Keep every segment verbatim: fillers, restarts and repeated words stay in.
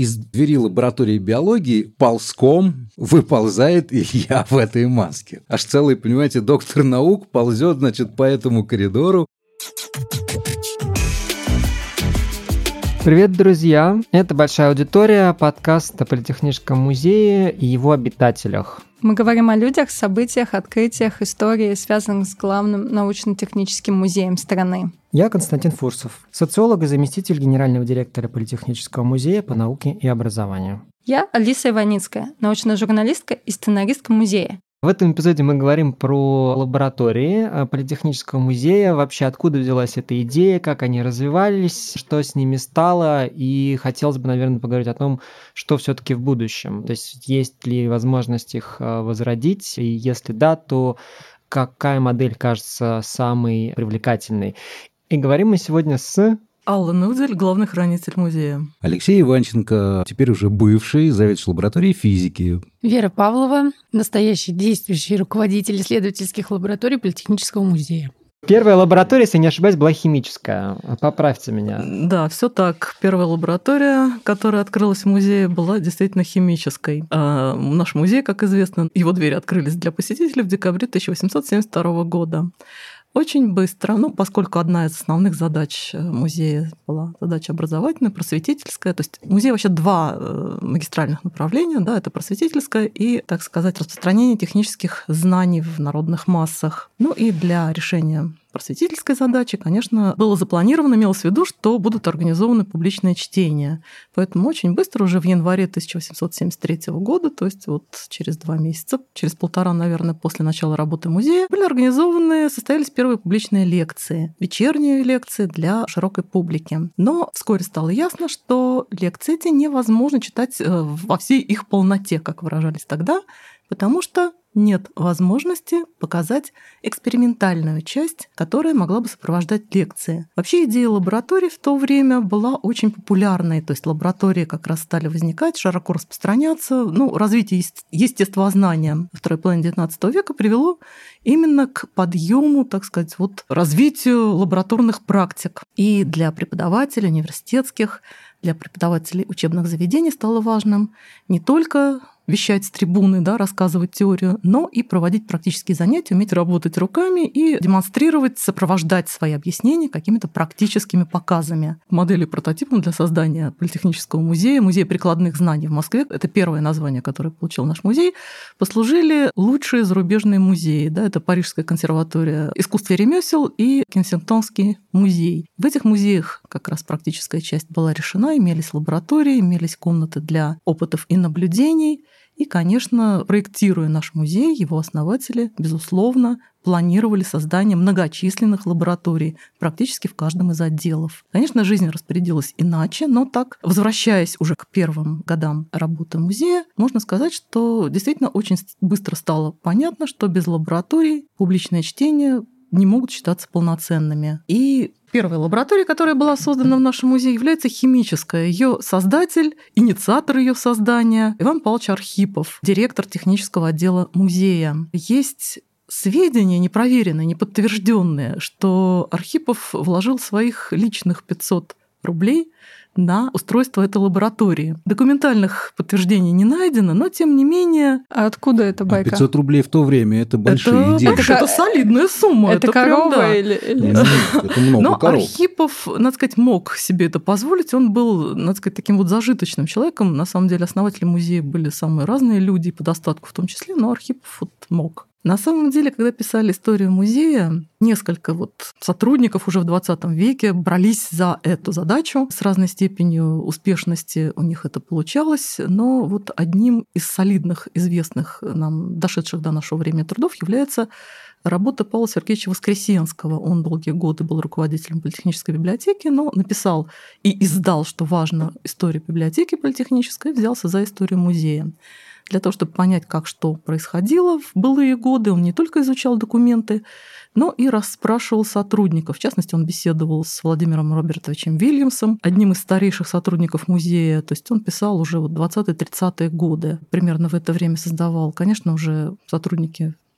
из двери лаборатории биологии ползком выползает Илья в этой маске. Аж целый, понимаете, доктор наук ползет, значит, по этому коридору. Привет, друзья! Это «Большая аудитория», подкаст о Политехническом музее и его обитателях. Мы говорим о людях, событиях, открытиях, истории, связанных с главным научно-техническим музеем страны. Я Константин Фурсов, социолог и заместитель генерального директора Политехнического музея по науке и образованию. Я Алиса Иваницкая, научная журналистка и сценаристка музея. В этом эпизоде мы говорим про лаборатории Политехнического музея, вообще откуда взялась эта идея, как они развивались, что с ними стало, и хотелось бы, наверное, поговорить о том, что все-таки в будущем. То есть есть ли возможность их возродить, и если да, то какая модель кажется самой привлекательной. И говорим мы сегодня с... Алла Нудель, главный хранитель музея. Алексей Иванченко, теперь уже бывший заведующий лабораторией физики. Вера Павлова, настоящий действующий руководитель исследовательских лабораторий Политехнического музея. Первая лаборатория, если не ошибаюсь, была химическая. Поправьте меня. Да, все так. Первая лаборатория, которая открылась в музее, была действительно химической. А наш музей, как известно, его двери открылись для посетителей в декабре тысяча восемьсот семьдесят второго года. Очень быстро, ну, поскольку одна из основных задач музея была задача образовательная, просветительская, то есть музей вообще два магистральных направления, да, это просветительское и, так сказать, распространение технических знаний в народных массах. Ну и для решения просветительской задачи, конечно, было запланировано, имелось в виду, что будут организованы публичные чтения. Поэтому очень быстро, уже в январе тысяча восемьсот семьдесят третьего года, то есть вот через два месяца, через полтора, наверное, после начала работы музея, были организованы, состоялись первые публичные лекции, вечерние лекции для широкой публики. Но вскоре стало ясно, что лекции эти невозможно читать во всей их полноте, как выражались тогда, потому что нет возможности показать экспериментальную часть, которая могла бы сопровождать лекции. Вообще идея лабораторий в то время была очень популярной, то есть лаборатории как раз стали возникать, широко распространяться. Ну, развитие естествознания во второй половине девятнадцатого века привело именно к подъему, так сказать, вот развитию лабораторных практик. И для преподавателей университетских, для преподавателей учебных заведений стало важным не только вещать с трибуны, да, рассказывать теорию, но и проводить практические занятия, уметь работать руками и демонстрировать, сопровождать свои объяснения какими-то практическими показами. Моделью, прототипом для создания Политехнического музея, музея прикладных знаний в Москве, это первое название, которое получил наш музей, послужили лучшие зарубежные музеи. Да, это Парижская консерватория искусств и ремесел и Кенсингтонский музей. В этих музеях как раз практическая часть была решена, имелись лаборатории, имелись комнаты для опытов и наблюдений. И, конечно, проектируя наш музей, его основатели, безусловно, планировали создание многочисленных лабораторий практически в каждом из отделов. Конечно, жизнь распорядилась иначе, но так, возвращаясь уже к первым годам работы музея, можно сказать, что действительно очень быстро стало понятно, что без лабораторий публичное чтение не могут считаться полноценными. И первая лаборатория, которая была создана в нашем музее, является химическая. Ее создатель, инициатор ее создания Иван Павлович Архипов, директор технического отдела музея. Есть сведения непроверенные, неподтвержденные, что Архипов вложил своих личных пятьсот рублей на устройство этой лаборатории. Документальных подтверждений не найдено, но тем не менее... А откуда эта байка? А пятьсот рублей в то время – это большие это, деньги. Это, это солидная сумма. Это, это корова прям, да. или... или... Нет, это много но коров. Архипов, надо сказать, мог себе это позволить. Он был, надо сказать, таким вот зажиточным человеком. На самом деле основатели музея были самые разные люди, по достатку в том числе, но Архипов вот мог. На самом деле, когда писали историю музея, несколько вот сотрудников уже в двадцатом веке брались за эту задачу. С разной степенью успешности у них это получалось, но вот одним из солидных, известных нам, дошедших до нашего времени трудов является работа Павла Сергеевича Воскресенского. Он долгие годы был руководителем Политехнической библиотеки, но написал и издал, что важно, историю библиотеки политехнической, взялся за историю музея. Для того, чтобы понять, как что происходило в былые годы, он не только изучал документы, но и расспрашивал сотрудников. В частности, он беседовал с Владимиром Робертовичем Вильямсом, одним из старейших сотрудников музея. То есть он писал уже вот двадцатые-тридцатые годы. Примерно в это время создавал, конечно, уже сотрудники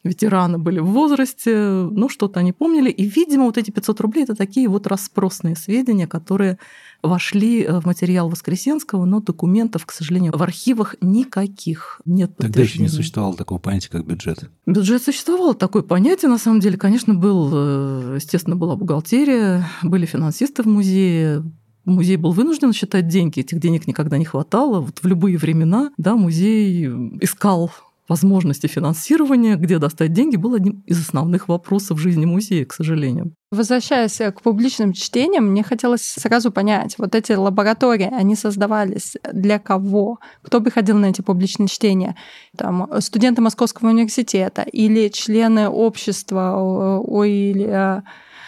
ветераны были в возрасте, ну, что-то они помнили. И, видимо, вот эти пятьсот рублей – это такие вот распросные сведения, которые вошли в материал Воскресенского, но документов, к сожалению, в архивах никаких нет подтверждений. Тогда еще не существовало такого понятия, как бюджет. Бюджет существовало, такое понятие, на самом деле. Конечно, был, естественно, была бухгалтерия, были финансисты в музее. Музей был вынужден считать деньги, этих денег никогда не хватало. Вот в любые времена, да, музей искал возможности финансирования, где достать деньги, был одним из основных вопросов жизни музея, к сожалению. Возвращаясь к публичным чтениям, мне хотелось сразу понять, вот эти лаборатории, они создавались для кого? Кто приходил на эти публичные чтения? Там, студенты Московского университета или члены общества ой, или...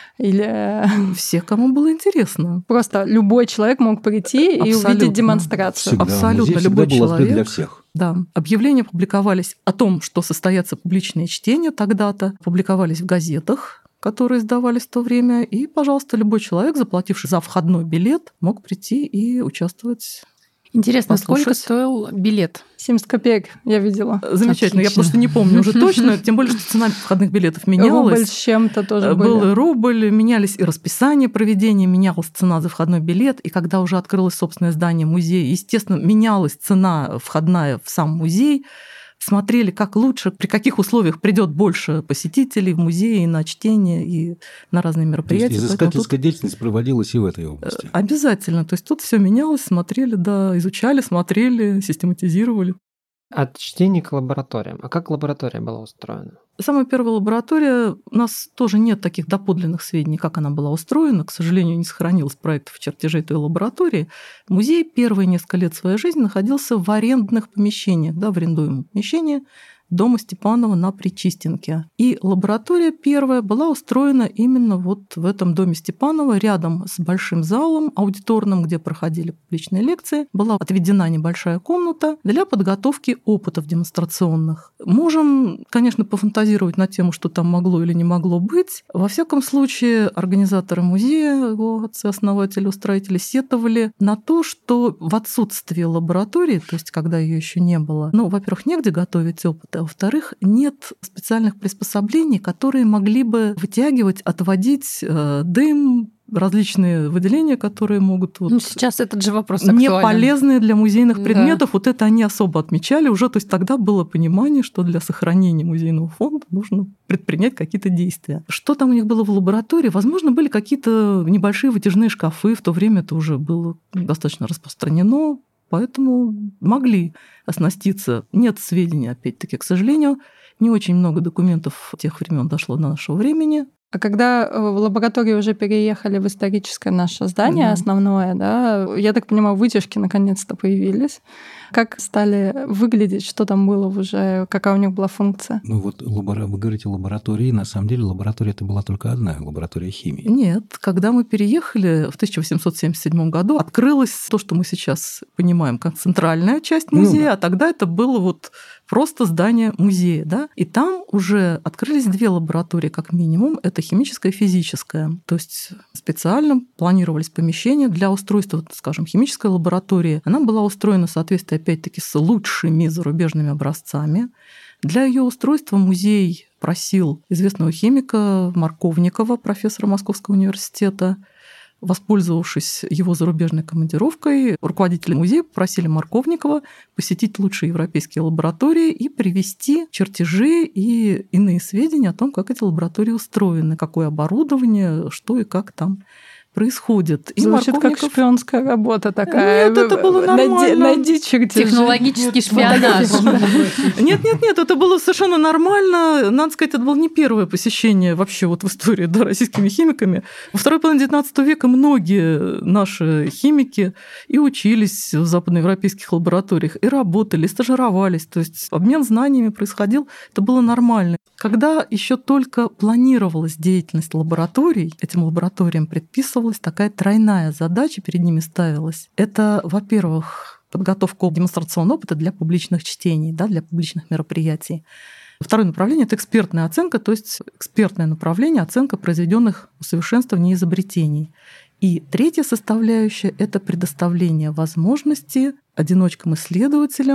Или все, кому было интересно. Просто любой человек мог прийти Абсолютно. И увидеть демонстрацию. Всегда. Абсолютно любой был человек. Для всех. Да. Объявления публиковались о том, что состоятся публичные чтения тогда-то, публиковались в газетах, которые издавались в то время, и, пожалуйста, любой человек, заплативший за входной билет, мог прийти и участвовать. Интересно, послушать. Сколько стоил билет? семьдесят копеек я видела. Замечательно. Отлично. Я просто не помню уже точно, тем более, что цена входных билетов менялась. Рубль с чем-то тоже был. Был и рубль, менялись и расписание проведения, менялась цена за входной билет, и когда уже открылось собственное здание музея, естественно, менялась цена входная в сам музей, смотрели, как лучше, при каких условиях придет больше посетителей в музей и на чтение, и на разные мероприятия. То есть изыскательская тут... деятельность проводилась и в этой области? Обязательно. То есть тут все менялось, смотрели, да, изучали, смотрели, систематизировали. От чтений к лабораториям. А как лаборатория была устроена? Самая первая лаборатория, у нас тоже нет таких доподлинных сведений, как она была устроена. К сожалению, не сохранилось проектов чертежей той лаборатории. Музей первые несколько лет своей жизни находился в арендных помещениях, да, в арендуемом помещении дома Степанова на Причистенке. И лаборатория первая была устроена именно вот в этом доме Степанова, рядом с большим залом аудиторным, где проходили публичные лекции. Была отведена небольшая комната для подготовки опытов демонстрационных. Можем, конечно, пофантазировать на тему, что там могло или не могло быть. Во всяком случае, организаторы музея, его отцы-основатели, устроители, сетовали на то, что в отсутствии лаборатории, то есть когда ее еще не было, ну, во-первых, негде готовить опыт, а во-вторых, нет специальных приспособлений, которые могли бы вытягивать, отводить э, дым, различные выделения, которые могут... Вот, ну, сейчас этот же вопрос актуален. Не полезные для музейных предметов. Да. Вот это они особо отмечали уже. То есть тогда было понимание, что для сохранения музейного фонда нужно предпринять какие-то действия. Что там у них было в лаборатории? Возможно, были какие-то небольшие вытяжные шкафы. В то время это уже было достаточно распространено. Поэтому могли оснаститься. Нет сведений, опять-таки, к сожалению. Не очень много документов тех времен дошло до нашего времени. А когда в лаборатории уже переехали в историческое наше здание, mm-hmm. основное, да, я так понимаю, вытяжки наконец-то появились. Как стали выглядеть, что там было уже, какая у них была функция? Ну вот лабора... вы говорите лаборатории, на самом деле лаборатория это была только одна, лаборатория химии. Нет, когда мы переехали в тысяча восемьсот семьдесят седьмом году, открылось то, что мы сейчас понимаем как центральная часть музея, ну, да. А тогда это было вот просто здание музея, да, и там уже открылись две лаборатории как минимум, это химическая и физическая, то есть специально планировались помещения для устройства, скажем, химической лаборатории, она была устроена в соответствии опять-таки с лучшими зарубежными образцами. Для ее устройства музей просил известного химика Марковникова, профессора Московского университета. Воспользовавшись его зарубежной командировкой, руководители музея попросили Марковникова посетить лучшие европейские лаборатории и привести чертежи и иные сведения о том, как эти лаборатории устроены, какое оборудование, что и как там происходит. И Звучит Марковников... как шпионская работа такая. Нет, это было нормально. Найди, найди чертежи. Технологический шпионаж. Нет, нет, нет, это было совершенно нормально. Надо сказать, это было не первое посещение вообще вот в истории, да, российскими химиками. Во второй половине девятнадцатого века многие наши химики и учились в западноевропейских лабораториях, и работали, и стажировались. То есть обмен знаниями происходил. Это было нормально. Когда еще только планировалась деятельность лабораторий, этим лабораториям предписывалась такая тройная задача, перед ними ставилась. Это, во-первых, подготовка демонстрационного опыта для публичных чтений, да, для публичных мероприятий. Второе направление – это экспертная оценка, то есть экспертное направление, оценка произведенных усовершенствований и изобретений. И третья составляющая – это предоставление возможности одиночкам-исследователям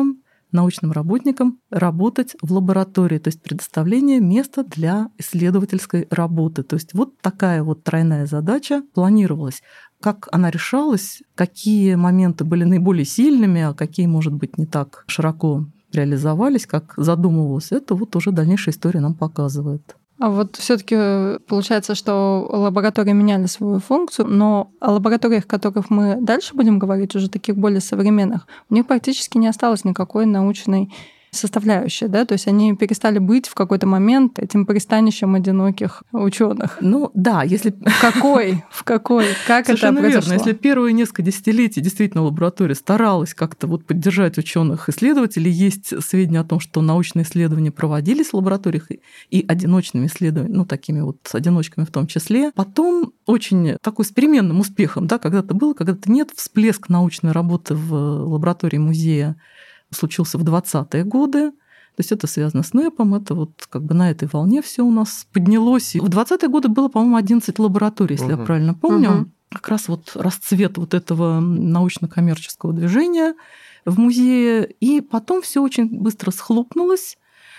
научным работникам работать в лаборатории, то есть предоставление места для исследовательской работы. То есть вот такая вот тройная задача планировалась. Как она решалась, какие моменты были наиболее сильными, а какие, может быть, не так широко реализовались, как задумывалось, это вот уже дальнейшая история нам показывает. А вот все-таки получается, что лаборатории меняли свою функцию, но о лабораториях, о которых мы дальше будем говорить, уже таких более современных, у них практически не осталось никакой научной составляющей, да, то есть они перестали быть в какой-то момент этим пристанищем одиноких ученых. Ну да, если... В какой? В какой? Как это произошло? Верно. Если первые несколько десятилетий действительно лаборатория старалась как-то вот поддержать ученых-исследователей, есть сведения о том, что научные исследования проводились в лабораториях и одиночными исследованиями, ну такими вот с одиночками в том числе. Потом очень такой с переменным успехом, да, когда-то было, когда-то нет, всплеск научной работы в лаборатории музея случился в двадцатые годы. То есть это связано с НЭПом, это вот как бы на этой волне все у нас поднялось. И в двадцатые годы было, по-моему, одиннадцать лабораторий, если uh-huh. я правильно помню. Uh-huh. Как раз вот расцвет вот этого научно-коммерческого движения в музее. И потом все очень быстро схлопнулось,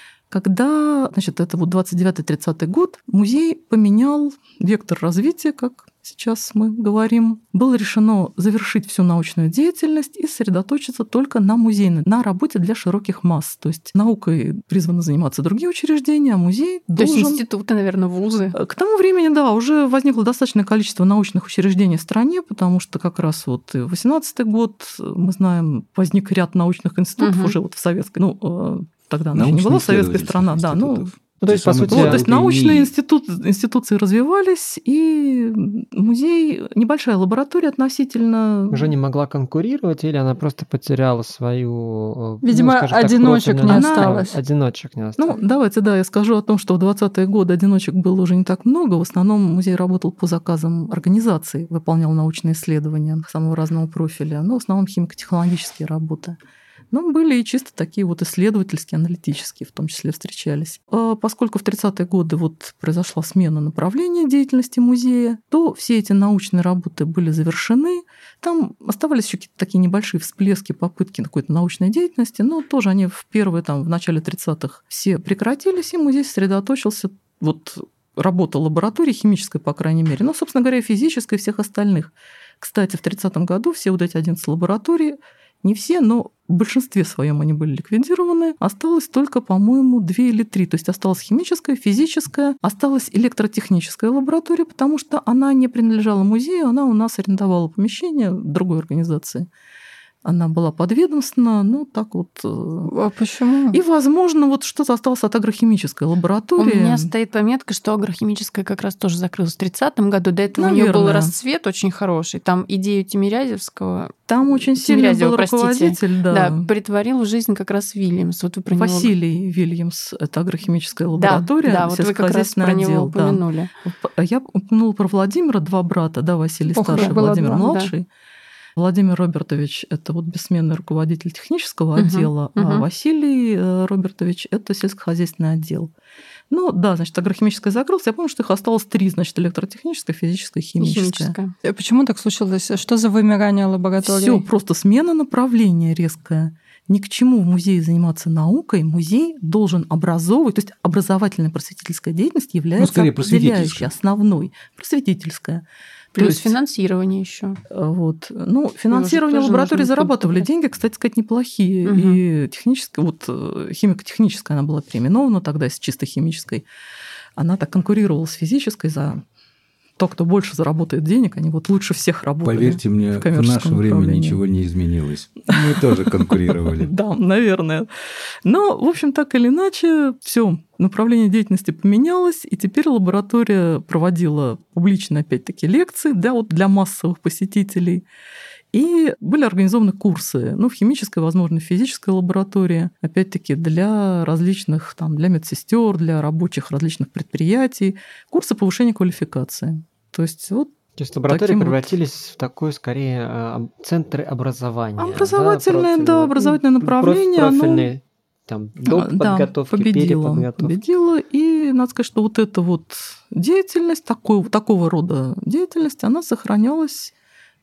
когда, значит, это вот двадцать девятый тридцатый год, музей поменял вектор развития, как сейчас мы говорим. Было решено завершить всю научную деятельность и сосредоточиться только на музейной, на работе для широких масс. То есть наукой призваны заниматься другие учреждения, а музей должен... То есть институты, наверное, вузы. К тому времени, да, уже возникло достаточное количество научных учреждений в стране, потому что как раз вот восемнадцатый год, мы знаем, возник ряд научных институтов угу. уже вот в советской... Ну, тогда она еще не была советская страна, да, ну... Ну, то есть, по сути, вот, то есть научные институт, институции развивались, и музей, небольшая лаборатория относительно... Уже не могла конкурировать, или она просто потеряла свою... Видимо, ну, одиночек так, не она... осталось. Одиночек не осталось. Ну, давайте, да, я скажу о том, что в двадцатые годы одиночек было уже не так много. В основном музей работал по заказам организаций, выполнял научные исследования самого разного профиля, но в основном химико-технологические работы. Но были и чисто такие вот исследовательские, аналитические в том числе встречались. А поскольку в тридцатые годы вот произошла смена направления деятельности музея, то все эти научные работы были завершены. Там оставались еще какие-то такие небольшие всплески, попытки какой-то научной деятельности, но тоже они в первые, там, в начале тридцатых все прекратились, и музей сосредоточился, вот работа лаборатории химической, по крайней мере, но, собственно говоря, физической и всех остальных. Кстати, в тридцатом году все вот эти одиннадцать лабораторий, не все, но в большинстве своем они были ликвидированы. Осталось только, по-моему, две или три. То есть осталась химическая, физическая, осталась электротехническая лаборатория, потому что она не принадлежала музею, она у нас арендовала помещение другой организации. Она была подведомственна, ну так вот. А почему? И, возможно, вот что-то осталось от агрохимической лаборатории. У меня стоит пометка, что агрохимическая как раз тоже закрылась в тридцатом году. До этого Наверное. У нее был расцвет очень хороший. Там идею Тимирязевского. Там очень сильный был руководитель, да. Да, притворил в жизнь как раз Вильямс. Вот вы про Василий него... Вильямс, это агрохимическая лаборатория, да, да, вот вы как раз про него упомянули. Да. Я упомянула про Владимира, два брата, да, Василий Ох, старший, Владимир два, младший. Да. Владимир Робертович – это вот бессменный руководитель технического uh-huh, отдела, uh-huh. а Василий Робертович – это сельскохозяйственный отдел. Ну да, значит, агрохимическая закрылась. Я помню, что их осталось три, значит, электротехническая, физическая, химическая. химическая. Почему так случилось? Что за вымирание лаборатории? Все просто смена направления резкая. Ни к чему в музее заниматься наукой. Музей должен образовывать, то есть образовательная просветительская деятельность является ну, определяющей, основной, просветительская. Плюс есть, финансирование еще. Вот. Ну, финансирование лаборатории зарабатывали деньги, кстати сказать, неплохие. Угу. И техническая, вот химико-техническая она была переименована тогда с чисто химической. Она так конкурировала с физической за то, кто больше заработает денег, они вот лучше всех работали. Поверьте мне, в, в наше время ничего не изменилось. Мы тоже конкурировали. Да, наверное. Но, в общем, так или иначе, все. Направление деятельности поменялось, и теперь лаборатория проводила публичные, опять-таки, лекции да, вот для массовых посетителей. И были организованы курсы, ну, в химической, возможно, в физической лаборатории, опять-таки, для различных, там, для медсестер, для рабочих различных предприятий, курсы повышения квалификации. То есть вот То есть лаборатории превратились вот... в такой, скорее, центры образования. Образовательное, да, да образовательное направление. Профильные, оно... там, доп. Да, подготовки, победила, переподготовки. Победила, и надо сказать, что вот эта вот деятельность, такой, такого рода деятельность, она сохранялась,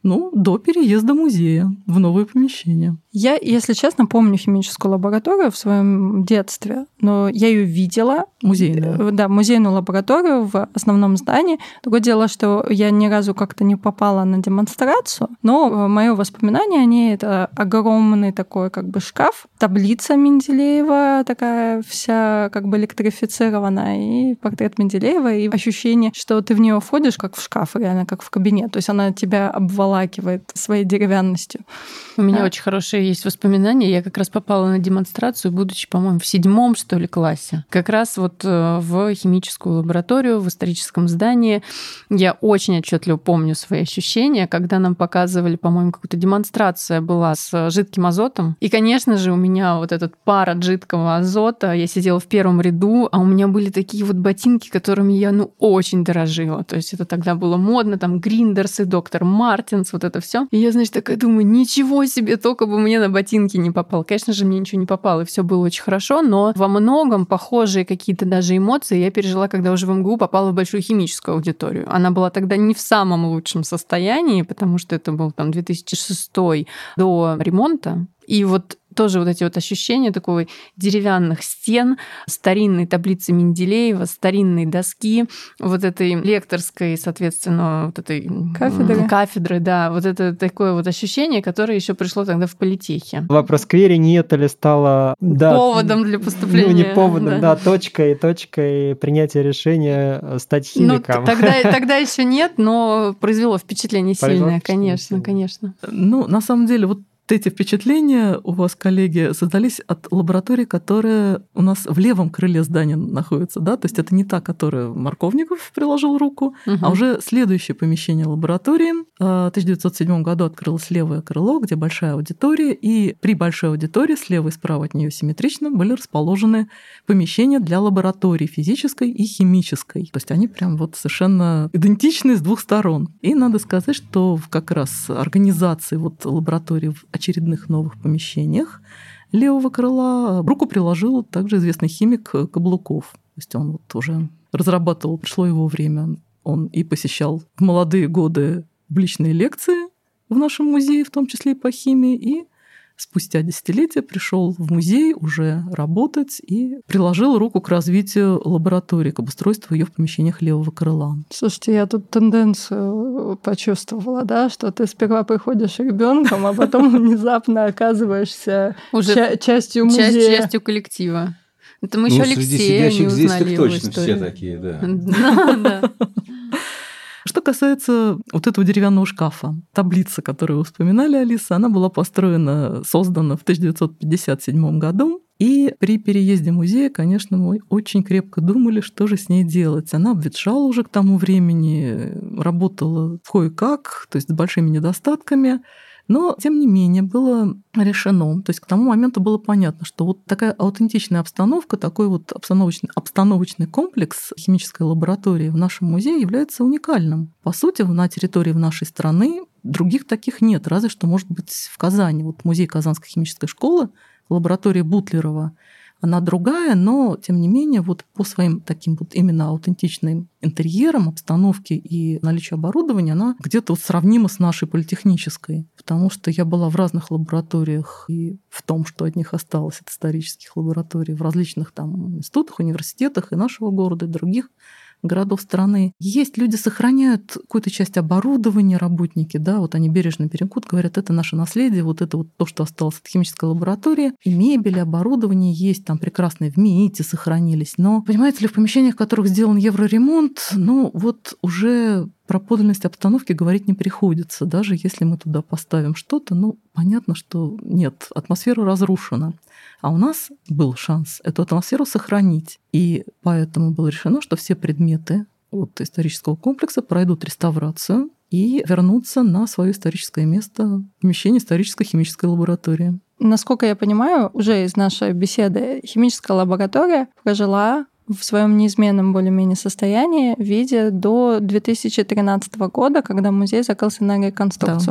ну, до переезда музея в новое помещение. Я, если честно, помню химическую лабораторию в своем детстве, но я ее видела. Музейную. Да, музейную лабораторию в основном здании. Другое дело, что я ни разу как-то не попала на демонстрацию, но мое воспоминание о ней — это огромный такой как бы шкаф, таблица Менделеева такая вся как бы электрифицированная, и портрет Менделеева, и ощущение, что ты в нее входишь как в шкаф, реально как в кабинет. То есть она тебя обволакивает своей деревянностью. У меня а. очень хорошие есть воспоминания. Я как раз попала на демонстрацию, будучи, по-моему, в седьмом, что ли, классе. Как раз вот в химическую лабораторию в историческом здании. Я очень отчетливо помню свои ощущения, когда нам показывали, по-моему, какую-то демонстрация была с жидким азотом. И, конечно же, у меня вот этот пар от жидкого азота. Я сидела в первом ряду, а у меня были такие вот ботинки, которыми я, ну, очень дорожила. То есть это тогда было модно, там, Гриндерсы, доктор Мартинс, вот это все. И я, значит, такая думаю, ничего себе, только бы мне на ботинки не попало. Конечно же, мне ничего не попало, и все было очень хорошо, но во многом похожие какие-то даже эмоции я пережила, когда уже в МГУ попала в большую химическую аудиторию. Она была тогда не в самом лучшем состоянии, потому что это был там две тысячи шестой до ремонта. И вот тоже вот эти вот ощущения такой деревянных стен, старинной таблицы Менделеева, старинной доски, вот этой лекторской, соответственно, вот этой кафедры. кафедры, да, вот это такое вот ощущение, которое еще пришло тогда в политехе. Вопрос к Вере, не это ли стало да, поводом для поступления? Ну, не поводом, да, да точкой, точкой принятия решения стать химиком. Ну, тогда, тогда еще нет, но произвело впечатление сильное, конечно, конечно. Ну, на самом деле, вот эти впечатления у вас, коллеги, создались от лаборатории, которая у нас в левом крыле здания находится, да? То есть это не та, которая Марковников приложил руку, угу. а уже следующее помещение лаборатории. В тысяча девятьсот седьмом году открылось левое крыло, где большая аудитория, и при большой аудитории слева и справа от нее симметрично были расположены помещения для лаборатории физической и химической. То есть они прям вот совершенно идентичны с двух сторон. И надо сказать, что в как раз организации вот лаборатории в очередных новых помещениях левого крыла руку приложил также известный химик Каблуков. То есть он вот уже разрабатывал, пришло его время. Он и посещал в молодые годы публичные лекции в нашем музее, в том числе и по химии, и спустя десятилетия пришел в музей уже работать и приложил руку к развитию лаборатории, к обустройству ее в помещениях левого крыла. Слушайте, я тут тенденцию почувствовала, да, что ты сперва приходишь ребенком, а потом внезапно оказываешься уже ча- частью музея. Часть, частью коллектива. Это мы еще ну, Алексея не узнали его точно историю. все такие, да. Да. Что касается вот этого деревянного шкафа, таблица, которую вы вспоминали, Алиса, она была построена, создана в тысяча девятьсот пятьдесят седьмом году. И при переезде музея, конечно, мы очень крепко думали, что же с ней делать. Она обветшала уже к тому времени, работала кое-как, то есть с большими недостатками. Но, тем не менее, было решено, то есть к тому моменту было понятно, что вот такая аутентичная обстановка, такой вот обстановочный, обстановочный комплекс химической лаборатории в нашем музее является уникальным. По сути, на территории нашей страны других таких нет, разве что, может быть, в Казани. Вот музей Казанской химической школы, лаборатория Бутлерова, она другая, но, тем не менее, вот по своим таким вот именно аутентичным интерьерам, обстановке и наличию оборудования, она где-то вот сравнима с нашей политехнической. Потому что я была в разных лабораториях, и в том, что от них осталось, от исторических лабораторий, в различных там институтах, университетах и нашего города, и других городов страны. Есть люди, сохраняют какую-то часть оборудования, работники, да, вот они бережно берегут, говорят, это наше наследие, вот это вот то, что осталось от химической лаборатории. И мебель, и оборудование есть, там прекрасные в МИИТе сохранились. Но, понимаете ли, в помещениях, в которых сделан евроремонт, ну вот уже про подлинность обстановки говорить не приходится. Даже если мы туда поставим что-то, ну, понятно, что нет, атмосфера разрушена. А у нас был шанс эту атмосферу сохранить. И поэтому было решено, что все предметы от исторического комплекса пройдут реставрацию и вернутся на свое историческое место в помещении исторической химической лаборатории. Насколько я понимаю, уже из нашей беседы химическая лаборатория прожила в своем неизменном более-менее состоянии в виде до две тысячи тринадцатого года, когда музей закрылся на реконструкцию. Да.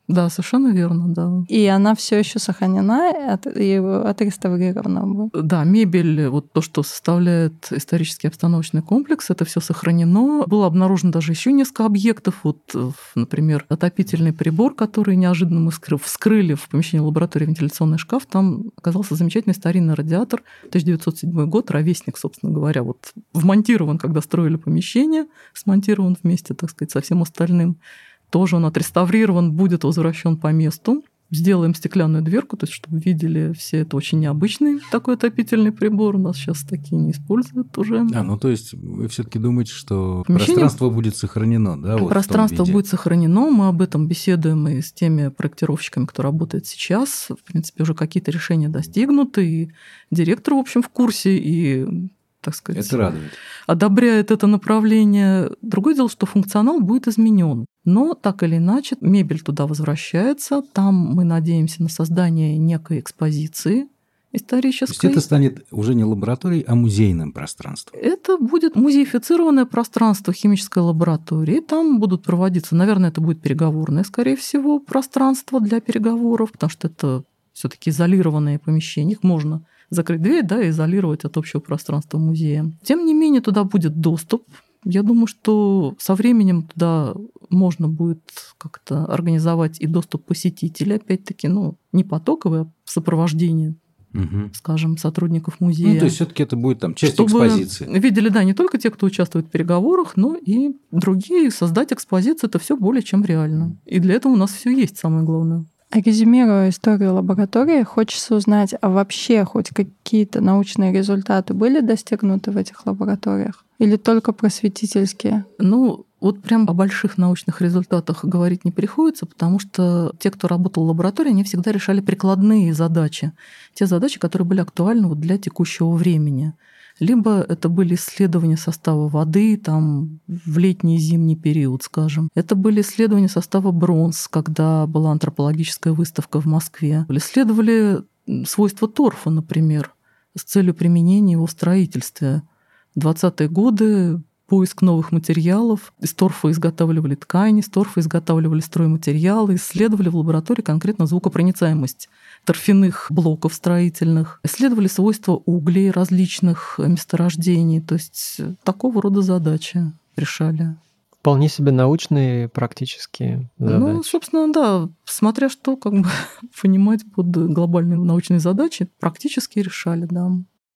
Да, совершенно верно, да. И она все еще сохранена и отреставрирована. Да, мебель, вот то, что составляет исторический обстановочный комплекс, это все сохранено. Было обнаружено даже еще несколько объектов. Вот, например, отопительный прибор, который неожиданно мы вскрыли в помещении лаборатории вентиляционный шкаф. Там оказался замечательный старинный радиатор. тысяча девятьсот седьмой год, ровесник, собственно говоря, вот вмонтирован, когда строили помещение, смонтирован вместе, так сказать, со всем остальным. Тоже он отреставрирован, будет возвращен по месту. Сделаем стеклянную дверку, то есть чтобы видели все, это очень необычный такой отопительный прибор. У нас сейчас такие не используют уже. А, ну то есть вы все-таки думаете, что Помещение... пространство будет сохранено, да? Вот пространство будет сохранено. Мы об этом беседуем и с теми проектировщиками, кто работает сейчас. В принципе, уже какие-то решения достигнуты, и директор, в общем, в курсе, и... так сказать, это радует. Одобряет это направление. Другое дело, что функционал будет изменен. Но так или иначе, мебель туда возвращается. Там мы надеемся на создание некой экспозиции исторической. То есть это станет уже не лабораторией, а музейным пространством? Это будет музеифицированное пространство химической лаборатории. Там будут проводиться, наверное, это будет переговорное, скорее всего, пространство для переговоров, потому что это все-таки изолированные помещения. Их можно закрыть дверь, да, и изолировать от общего пространства музея. Тем не менее, туда будет доступ. Я думаю, что со временем туда можно будет как-то организовать и доступ посетителей, опять-таки, ну, не потоковый, а в сопровождении, угу. скажем, сотрудников музея. Ну, то есть все-таки это будет там часть чтобы экспозиции. Видели, да, не только те, кто участвует в переговорах, но и другие. Создать экспозицию – это все более чем реально. И для этого у нас все есть, самое главное. Резюмируя историю лаборатории, хочется узнать, а вообще хоть какие-то научные результаты были достигнуты в этих лабораториях? Или только просветительские? Ну, вот прям о больших научных результатах говорить не приходится, потому что те, кто работал в лаборатории, они всегда решали прикладные задачи. Те задачи, которые были актуальны вот для текущего времени. Либо это были исследования состава воды там, в летний и зимний период, скажем. Это были исследования состава бронз, когда была антропологическая выставка в Москве. Исследовали свойства торфа, например, с целью применения его в строительстве. В двадцатые годы поиск новых материалов. Из торфа изготавливали ткани, из торфа изготавливали стройматериалы, исследовали в лаборатории конкретно звукопроницаемость торфяных блоков строительных, исследовали свойства углей различных месторождений. То есть такого рода задачи решали. Вполне себе научные практические задачи. Ну, собственно, да, смотря что как бы понимать под глобальные научные задачи, практически решали, да.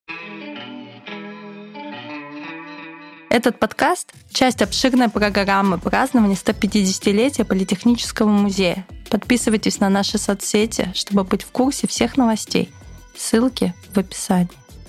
Этот подкаст – часть обширной программы празднования сто пятидесятилетия Политехнического музея. Подписывайтесь на наши соцсети, чтобы быть в курсе всех новостей. Ссылки в описании.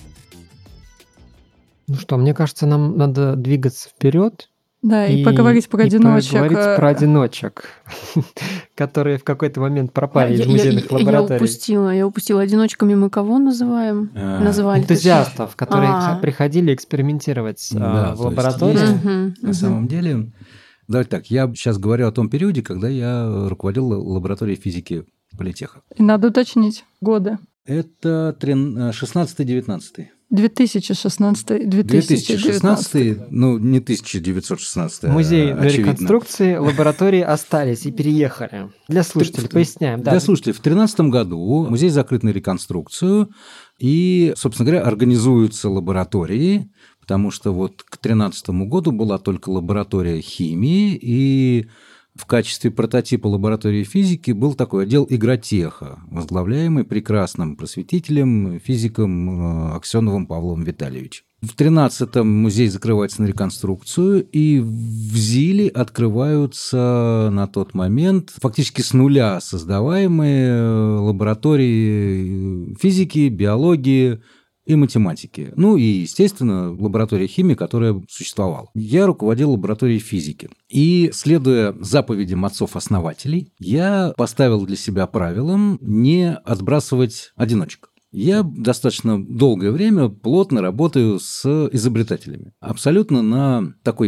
Ну что, мне кажется, нам надо двигаться вперед. Да, и, и поговорить про и одиночек. поговорить про одиночек, которые в какой-то момент пропали я, из музейных я, лабораторий. Я упустила, я упустила. Одиночками мы кого называем? А, Называли энтузиастов, которые а. приходили экспериментировать да, в лаборатории. Есть, угу, на угу. самом деле, давайте так, я сейчас говорю о том периоде, когда я руководил лабораторией физики Политеха. И надо уточнить годы. Это шестнадцатый-девятнадцатый. две тысячи шестнадцатый две тысячи девятнадцатый. две тысячи шестнадцатый, ну, не тысяча девятьсот шестнадцатый, Музей очевидно. реконструкции, лаборатории остались и переехали. Для слушателей поясняем. Для да. слушателей, в две тысячи тринадцатом году музей закрыт на реконструкцию, и, собственно говоря, организуются лаборатории, потому что вот к две тысячи тринадцатому году была только лаборатория химии, и в качестве прототипа лаборатории физики был такой отдел игротеха, возглавляемый прекрасным просветителем, физиком Аксеновым Павлом Витальевичем. В две тысячи тринадцатом музей закрывается на реконструкцию, и в ЗИЛе открываются на тот момент фактически с нуля создаваемые лаборатории физики, биологии, и математики. Ну и, естественно, лаборатория химии, которая существовала. Я руководил лабораторией физики. И, следуя заповедям отцов-основателей, я поставил для себя правилом не отбрасывать одиночек. Я достаточно долгое время плотно работаю с изобретателями. Абсолютно на такой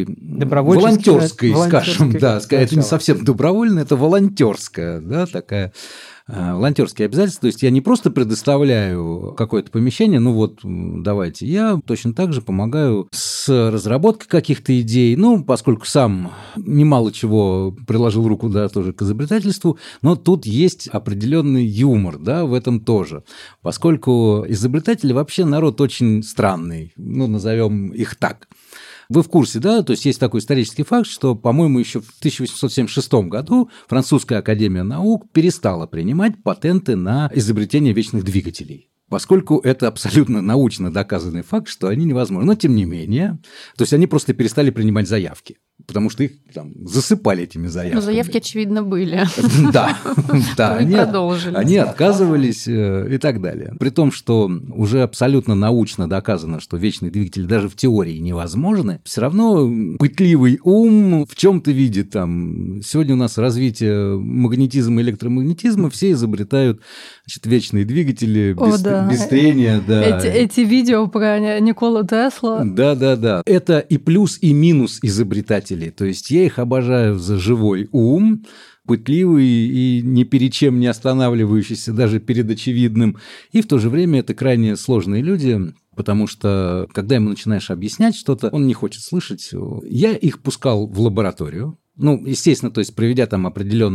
волонтерской, скажем, да, это не совсем добровольно, это волонтерская, да, такая волонтерские обязательства. То есть я не просто предоставляю какое-то помещение, ну вот давайте, я точно так же помогаю с разработкой каких-то идей, ну, поскольку сам немало чего приложил руку, да, тоже к изобретательству, но тут есть определенный юмор, да, в этом тоже, поскольку изобретатели вообще народ очень странный, ну, назовем их так. Вы в курсе, да? То есть есть такой исторический факт, что, по-моему, еще в тысяча восемьсот семьдесят шестом году Французская академия наук перестала принимать патенты на изобретение вечных двигателей, поскольку это абсолютно научно доказанный факт, что они невозможны. Но тем не менее, то есть они просто перестали принимать заявки, потому что их там засыпали этими заявками. Но заявки, очевидно, были. Да, да, они, они отказывались и так далее. При том, что уже абсолютно научно доказано, что вечные двигатели даже в теории невозможны, все равно пытливый ум в чем-то видит там. Сегодня у нас развитие магнетизма и электромагнетизма, все изобретают, значит, вечные двигатели без, О, да. без трения. Да. Эти, эти видео про Николу Тесла. Да, да, да. Это и плюс, и минус изобретателей. То есть я их обожаю за живой ум, пытливый и ни перед чем не останавливающийся даже перед очевидным. И в то же время это крайне сложные люди, потому что когда ему начинаешь объяснять что-то, он не хочет слышать. Я их пускал в лабораторию. Ну, естественно, то есть проведя там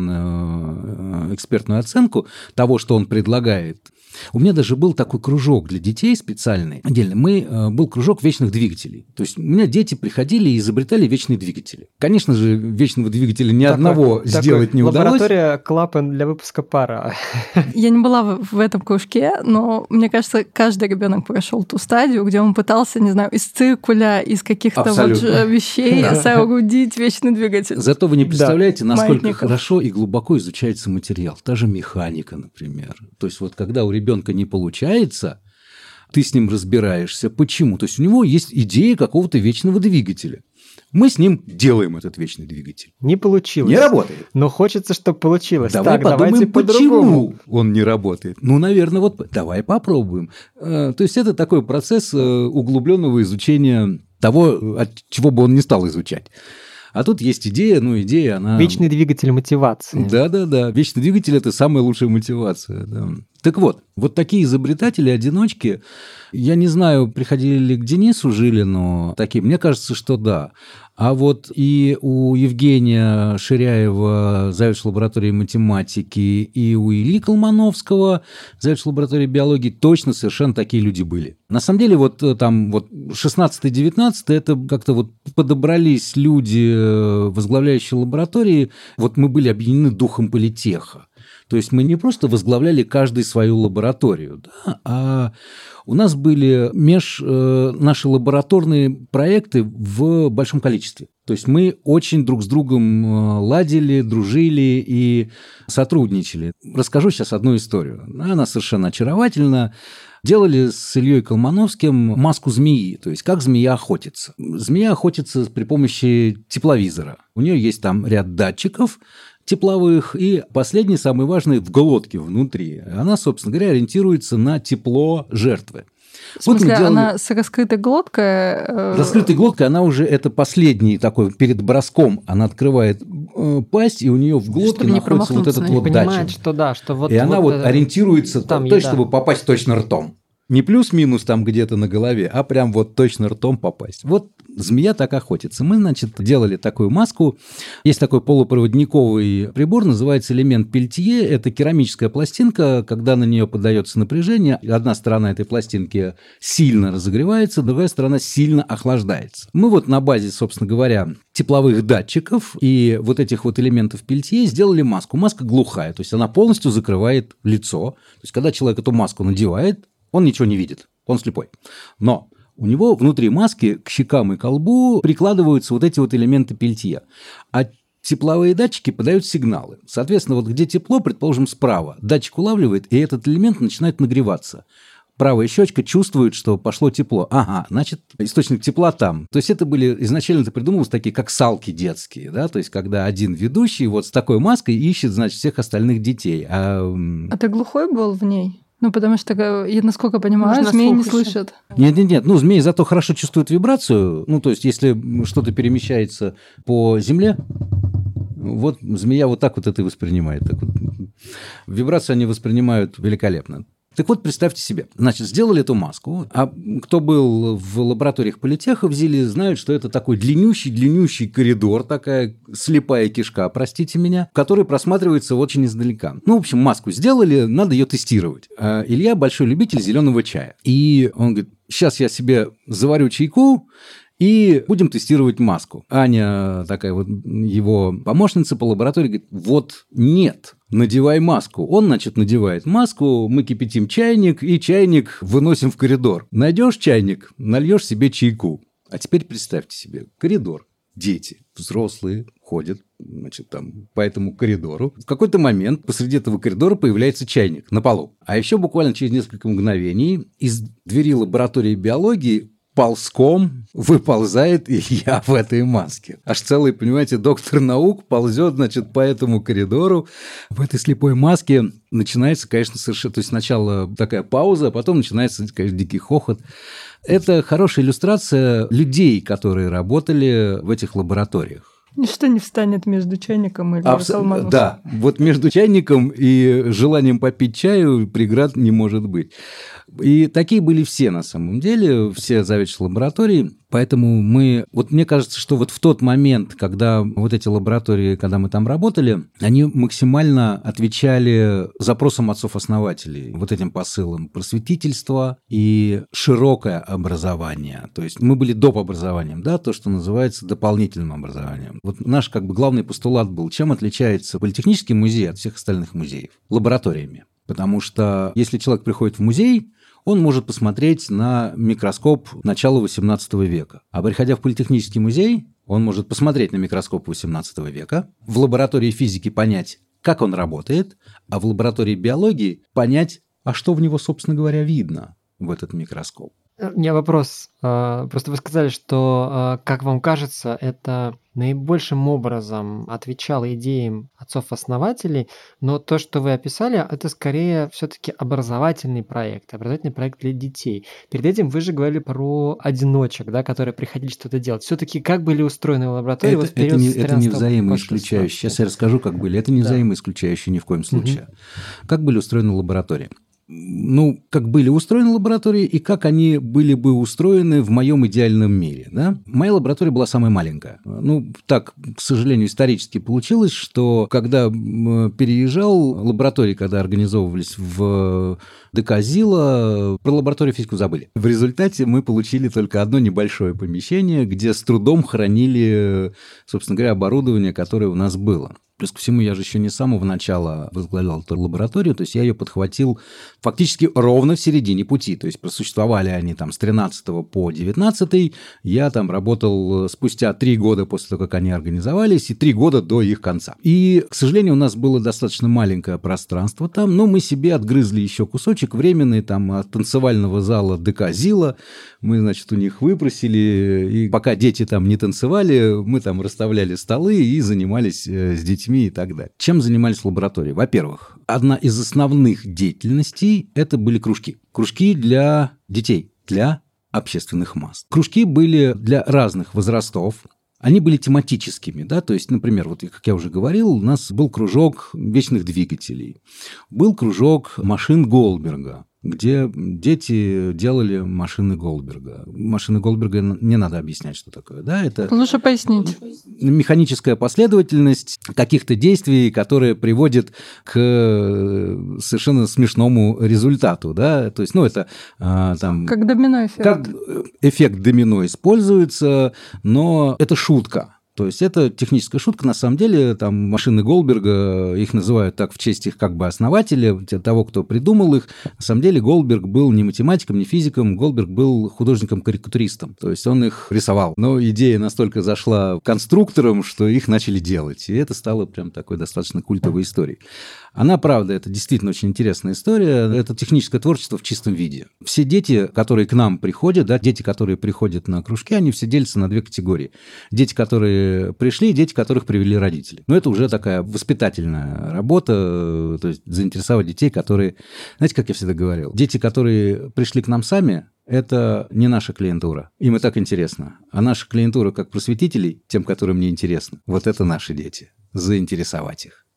определенную экспертную оценку того, что он предлагает. У меня даже был такой кружок для детей специальный, отдельно. Мы, был кружок вечных двигателей. То есть у меня дети приходили и изобретали вечные двигатели. Конечно же, вечного двигателя ни такой, одного такой сделать не удалось. Лаборатория клапан для выпуска пара. Я не была в этом кружке, но мне кажется, каждый ребенок прошел ту стадию, где он пытался, не знаю, из циркуля, из каких-то вот вещей соорудить вечный двигатель. Зато вы не представляете, насколько Маятников. Хорошо и глубоко изучается материал. Та же механика, например. То есть вот когда у ребенка не получается, ты с ним разбираешься. Почему? То есть у него есть идея какого-то вечного двигателя. Мы с ним делаем этот вечный двигатель. Не получилось. Не работает. Но хочется, чтобы получилось. Давай так, подумаем, давайте почему он не работает. Ну, наверное, вот давай попробуем. То есть это такой процесс углубленного изучения того, от чего бы он не стал изучать. А тут есть идея, ну, идея, она... Вечный двигатель мотивации. Да-да-да, вечный двигатель – это самая лучшая мотивация. Да. Так вот, вот такие изобретатели-одиночки, я не знаю, приходили ли к Денису Жилину такие, мне кажется, что да. А вот и у Евгения Ширяева, заведующего лабораторией математики, и у Ильи Колмановского, заведующего лабораторией биологии, точно совершенно такие люди были. На самом деле, вот там вот шестнадцатый-девятнадцатый, это как-то вот подобрались люди, возглавляющие лаборатории, вот мы были объединены духом политеха. То есть мы не просто возглавляли каждый свою лабораторию, да, а у нас были меж э, наши лабораторные проекты в большом количестве. То есть мы очень друг с другом ладили, дружили и сотрудничали. Расскажу сейчас одну историю. Она совершенно очаровательна. Делали с Ильей Колмановским маску змеи, то есть как змея охотится. Змея охотится при помощи тепловизора. У нее есть там ряд датчиков тепловых, и последний, самый важный, в глотке внутри. Она, собственно говоря, ориентируется на тепло жертвы. В смысле, вот делали... она с раскрытой глоткой? С раскрытой глоткой она уже, это последний такой, перед броском, она открывает пасть, и у нее в глотке находится вот этот вот понимает, датчик. Что да, что вот, и вот она вот ориентируется там, то есть, чтобы попасть точно ртом. Не плюс-минус там где-то на голове, а прям вот точно ртом попасть. Вот змея так охотится. Мы, значит, делали такую маску. Есть такой полупроводниковый прибор, называется элемент Пельтье. Это керамическая пластинка, когда на нее подается напряжение, одна сторона этой пластинки сильно разогревается, другая сторона сильно охлаждается. Мы вот на базе, собственно говоря, тепловых датчиков и вот этих вот элементов Пельтье сделали маску. Маска глухая, то есть она полностью закрывает лицо. То есть когда человек эту маску надевает, он ничего не видит, он слепой. Но у него внутри маски к щекам и колбу прикладываются вот эти вот элементы Пельтье. А тепловые датчики подают сигналы. Соответственно, вот где тепло, предположим, справа, датчик улавливает, и этот элемент начинает нагреваться. Правая щечка чувствует, что пошло тепло. Ага, значит, источник тепла там. То есть это были, изначально это придумывалось такие, как салки детские, да, то есть когда один ведущий вот с такой маской ищет, значит, всех остальных детей. А, а ты глухой был в ней? Ну, потому что, я, насколько понимаю, Можно змеи не слышат. Нет-нет-нет, ну, змеи зато хорошо чувствуют вибрацию. Ну, то есть, если что-то перемещается по земле, вот змея вот так вот это и воспринимает. Так вот. Вибрацию они воспринимают великолепно. Так вот, представьте себе, значит, сделали эту маску, а кто был в лабораториях политеха в ЗИЛе, знают, что это такой длиннющий-длиннющий коридор, такая слепая кишка, простите меня, который просматривается очень издалека. Ну, в общем, маску сделали, надо ее тестировать. А Илья большой любитель зеленого чая. И он говорит, сейчас я себе заварю чайку, и будем тестировать маску. Аня, такая вот его помощница по лаборатории, говорит, вот нет, надевай маску. Он, значит, надевает маску, мы кипятим чайник, и чайник выносим в коридор. Найдешь чайник, нальешь себе чайку. А теперь представьте себе, коридор. Дети, взрослые, ходят, значит, там, по этому коридору. В какой-то момент посреди этого коридора появляется чайник на полу. А еще буквально через несколько мгновений из двери лаборатории биологии ползком выползает Илья в этой маске. Аж целый, понимаете, доктор наук ползет, значит, по этому коридору в этой слепой маске. Начинается, конечно, совершенно... То есть сначала такая пауза, а потом начинается, конечно, дикий хохот. Это хорошая иллюстрация людей, которые работали в этих лабораториях. Ничто не встанет между чайником и Ильей Абс... Салмановым. Да, вот между чайником и желанием попить чаю преград не может быть. И такие были все на самом деле, все заведующие лаборатории. Поэтому мы... Вот мне кажется, что вот в тот момент, когда вот эти лаборатории, когда мы там работали, они максимально отвечали запросам отцов-основателей, вот этим посылам просветительства и широкое образование. То есть мы были доп. Образованием, да, то, что называется дополнительным образованием. Вот наш как бы главный постулат был, чем отличается Политехнический музей от всех остальных музеев? Лабораториями. Потому что если человек приходит в музей, он может посмотреть на микроскоп начала восемнадцатого века. А приходя в Политехнический музей, он может посмотреть на микроскоп восемнадцатого века, в лаборатории физики понять, как он работает, а в лаборатории биологии понять, а что в него, собственно говоря, видно в этот микроскоп. У меня вопрос. Просто вы сказали, что, как вам кажется, это наибольшим образом отвечало идеям отцов-основателей, но то, что вы описали, это скорее все-таки образовательный проект, образовательный проект для детей. Перед этим вы же говорили про одиночек, да, которые приходили что-то делать. Все-таки как были устроены лаборатории? Это, вот это, не, это не взаимоисключающие. Сейчас я расскажу, как были. Это не да. взаимоисключающие ни в коем случае. Угу. Как были устроены лаборатории? Ну, как были устроены лаборатории и как они были бы устроены в моем идеальном мире. Да? Моя лаборатория была самая маленькая. Ну, так, к сожалению, исторически получилось, что когда переезжал, лаборатории, когда организовывались в ДК ЗИЛа, про лабораторию физику забыли. В результате мы получили только одно небольшое помещение, где с трудом хранили, собственно говоря, оборудование, которое у нас было. Плюс ко всему, я же еще не с самого начала возглавлял эту лабораторию, то есть я ее подхватил фактически ровно в середине пути. То есть просуществовали они там с тринадцатого по девятнадцатый, я там работал спустя три года после того, как они организовались, и три года до их конца. И, к сожалению, у нас было достаточно маленькое пространство там, но мы себе отгрызли еще кусочек временный там от танцевального зала ДК ЗИЛа. Мы, значит, у них выпросили, и пока дети там не танцевали, мы там расставляли столы и занимались с детьми и так далее. Чем занимались в лаборатории? Во-первых, одна из основных деятельностей – это были кружки. Кружки для детей, для общественных масс. Кружки были для разных возрастов. Они были тематическими, да, то есть, например, вот как я уже говорил, у нас был кружок вечных двигателей, был кружок машин Голдберга, где дети делали машины Голдберга. Машины Голдберга не надо объяснять, что такое. Да? Это лучше пояснить. Механическая последовательность каких-то действий, которые приводят к совершенно смешному результату. Да? То есть, ну, это там... Как домино-эффект. Как эффект домино используется, но это шутка. То есть это техническая шутка. На самом деле там машины Голдберга, их называют так в честь их как бы основателя, того, кто придумал их. На самом деле Голдберг был не математиком, не физиком, Голдберг был художником-карикатуристом. То есть он их рисовал. Но идея настолько зашла конструкторам, что их начали делать. И это стало прям такой достаточно культовой историей. Она, правда, это действительно очень интересная история. Это техническое творчество в чистом виде. Все дети, которые к нам приходят, да, дети, которые приходят на кружки, они все делятся на две категории. Дети, которые пришли, и дети, которых привели родители. Но это уже такая воспитательная работа, то есть заинтересовать детей, которые... Знаете, как я всегда говорил? Дети, которые пришли к нам сами, это не наша клиентура. Им и так интересно. А наша клиентура как просветителей, тем, которым не интересно, вот это наши дети. Заинтересовать их.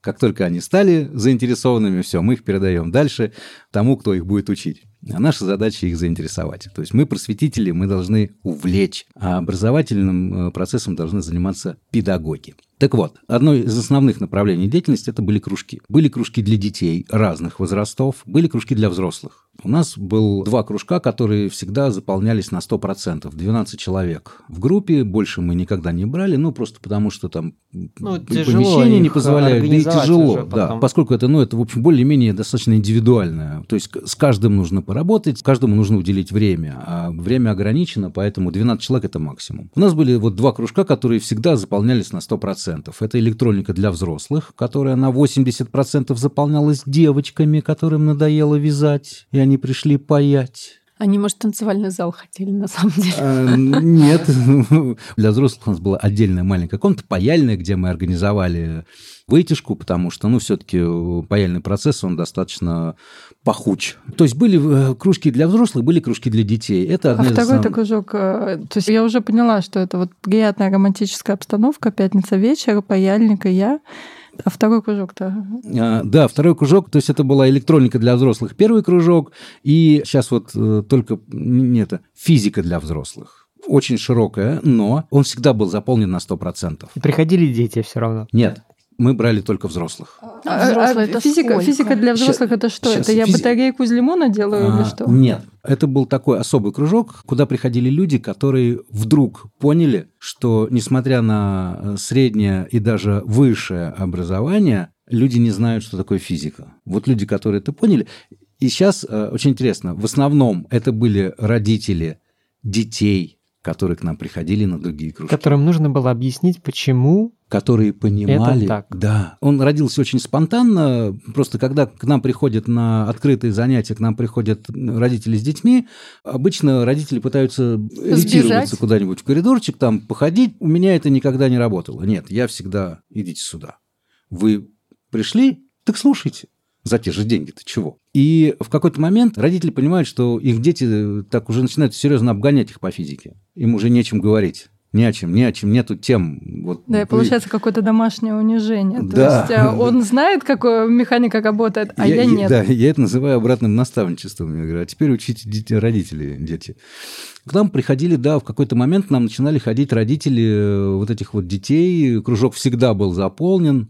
Как только они стали заинтересованными, все, мы их передаем дальше тому, кто их будет учить. А наша задача их заинтересовать. То есть мы, просветители, мы должны увлечь, а образовательным процессом должны заниматься педагоги. Так вот, одно из основных направлений деятельности – это были кружки. Были кружки для детей разных возрастов, были кружки для взрослых. У нас был два кружка, которые всегда заполнялись на сто процентов. двенадцать человек в группе, больше мы никогда не брали, ну, просто потому что там ну, помещения не позволяют, да и тяжело. Да, поскольку это, ну, это, в общем, более-менее достаточно индивидуальное. То есть с каждым нужно поработать, каждому нужно уделить время, а время ограничено, поэтому двенадцать человек – это максимум. У нас были вот два кружка, которые всегда заполнялись на сто процентов. Это электроника для взрослых, которая на восемьдесят процентов заполнялась девочками, которым надоело вязать, и они пришли паять. Они, может, танцевальный зал хотели, на самом деле? А, нет. Для взрослых у нас была отдельная маленькая комната, паяльная, где мы организовали вытяжку, потому что, ну, все-таки паяльный процесс, он достаточно пахуч. То есть были кружки для взрослых, были кружки для детей. Это одна а из второй основ... такой кружок, то есть я уже поняла, что это вот приятная романтическая обстановка, пятница вечер, паяльник и я. А второй кружок-то? А, да, второй кружок, то есть это была электроника для взрослых, первый кружок, и сейчас вот только, нет, физика для взрослых. Очень широкая, но он всегда был заполнен на сто процентов. И приходили дети все равно? Нет. Мы брали только взрослых. А, взрослые, а, это физика, физика для взрослых сейчас, это что? Сейчас, это я физи... батарейку из лимона делаю а, или что? Нет. Это был такой особый кружок, куда приходили люди, которые вдруг поняли, что, несмотря на среднее и даже высшее образование, люди не знают, что такое физика. Вот люди, которые это поняли. И сейчас очень интересно, в основном это были родители детей, которые к нам приходили на другие кружки. Которым нужно было объяснить, почему... Которые понимали... Это так. Да. Он родился очень спонтанно. Просто когда к нам приходят на открытые занятия, к нам приходят родители с детьми, обычно родители пытаются ретироваться куда-нибудь в коридорчик, там походить. У меня это никогда не работало. Нет, я всегда... Идите сюда. Вы пришли? Так слушайте. За те же деньги-то чего? И в какой-то момент родители понимают, что их дети так уже начинают серьезно обгонять их по физике. Им уже нечем говорить. Ни о чем, ни о чем, нету тем. Вот, да, и получается какое-то домашнее унижение. Да. То есть он знает, как механика работает, а я, я нет. Да, я это называю обратным наставничеством. Я говорю, а теперь учите дети, родители, дети. К нам приходили, да, в какой-то момент к нам начинали ходить родители вот этих вот детей. Кружок всегда был заполнен.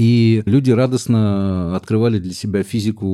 И люди радостно открывали для себя физику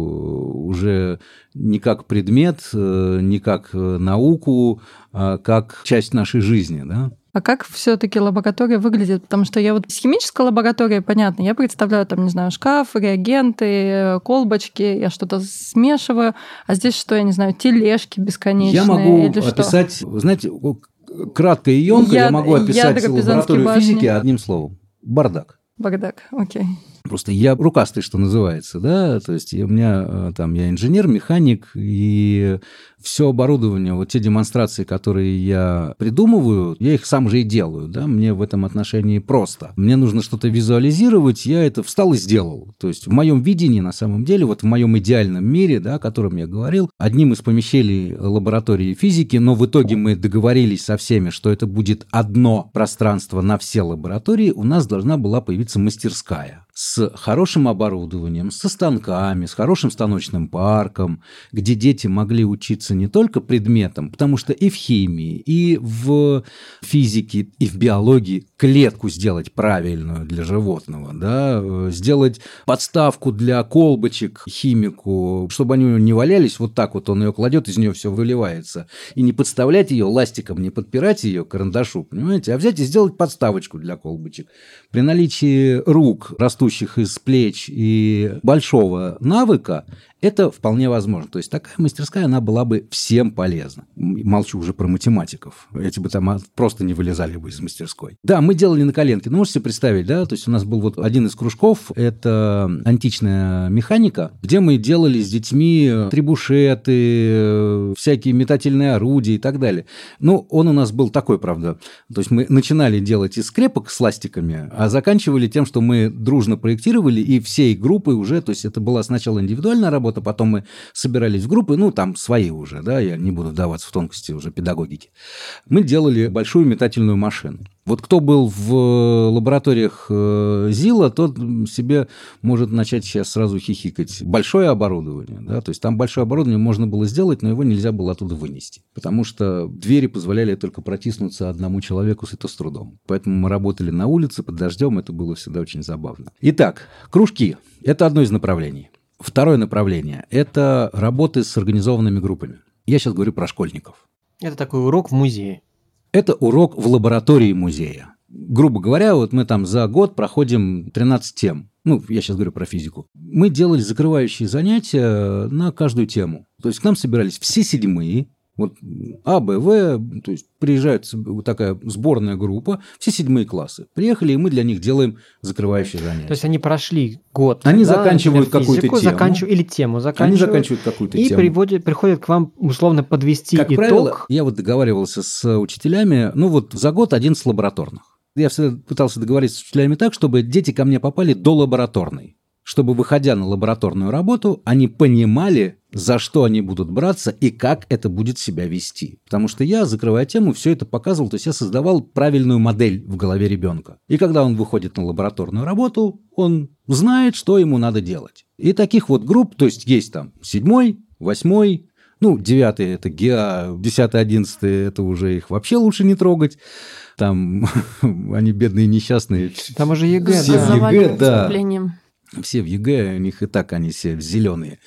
уже не как предмет, не как науку, а как часть нашей жизни, да. А как все-таки лаборатория выглядит? Потому что я вот с химической лабораторией, понятно, я представляю там, не знаю, шкаф, реагенты, колбочки, я что-то смешиваю, а здесь что, я не знаю, тележки бесконечные? Я могу или описать, что? Знаете, кратко и емко я, я могу описать лабораторию физики одним словом. Бардак. Бардак, окей. Просто я рукастый, что называется, да, то есть у меня там, я инженер, механик, и все оборудование, вот те демонстрации, которые я придумываю, я их сам же и делаю, да, мне в этом отношении просто. Мне нужно что-то визуализировать, я это встал и сделал. То есть в моем видении, на самом деле, вот в моем идеальном мире, да, о котором я говорил, одним из помещений лаборатории физики, но в итоге мы договорились со всеми, что это будет одно пространство на все лаборатории, у нас должна была появиться мастерская с хорошим оборудованием, со станками, с хорошим станочным парком, где дети могли учиться не только предметам, потому что и в химии, и в физике, и в биологии клетку сделать правильную для животного, да, сделать подставку для колбочек химику, чтобы они не валялись, вот так вот он ее кладет, из нее все выливается, и не подставлять ее ластиком, не подпирать ее карандашу, понимаете, а взять и сделать подставочку для колбочек. При наличии рук, растущих из плеч и большого навыка, это вполне возможно. То есть такая мастерская, она была бы всем полезна. Молчу уже про математиков. Эти бы там просто не вылезали бы из мастерской. Да, мы делали на коленке. Ну, можете себе представить, да? То есть у нас был вот один из кружков, это античная механика, где мы делали с детьми трибушеты, всякие метательные орудия и так далее. Ну, он у нас был такой, правда. То есть мы начинали делать из скрепок с ластиками, а заканчивали тем, что мы дружно проектировали, и всей группой уже, то есть это была сначала индивидуальная работа, чего-то, потом мы собирались в группы, ну, там свои уже, да, я не буду вдаваться в тонкости уже педагогики. Мы делали большую метательную машину. Вот кто был в лабораториях ЗИЛа, тот себе может начать сейчас сразу хихикать. Большое оборудование, да, то есть там большое оборудование можно было сделать, но его нельзя было оттуда вынести, потому что двери позволяли только протиснуться одному человеку, с это с трудом. Поэтому мы работали на улице под дождем, это было всегда очень забавно. Итак, кружки – это одно из направлений. Второе направление – это работы с организованными группами. Я сейчас говорю про школьников. Это такой урок в музее. Это урок в лаборатории музея. Грубо говоря, вот мы там за год проходим тринадцать тем. Ну, я сейчас говорю про физику. Мы делали закрывающие занятия на каждую тему. То есть к нам собирались все седьмые, вот А, Б, В, то есть приезжает вот такая сборная группа, все седьмые классы. Приехали, и мы для них делаем закрывающие занятия. То есть они прошли год. Они да, заканчивают какую-то тему. Заканчив... Или тему заканчивают. Они заканчивают какую-то и тему. И приводят, приходят к вам условно подвести как итог. Правило, я вот договаривался с учителями, ну вот за год одиннадцать лабораторных. Я всегда пытался договориться с учителями так, чтобы дети ко мне попали до лабораторной. Чтобы, выходя на лабораторную работу, они понимали, за что они будут браться и как это будет себя вести. Потому что я, закрывая тему, все это показывал, то есть я создавал правильную модель в голове ребенка. И когда он выходит на лабораторную работу, он знает, что ему надо делать. И таких вот групп, то есть есть там седьмой, восьмой, ну, девятый – это ГИА, десятый, одиннадцатый – это уже их вообще лучше не трогать. Там они бедные, несчастные. Там уже ЕГЭ. Все Да. в ЕГЭ, да. Все в ЕГЭ, у них и так они все зеленые.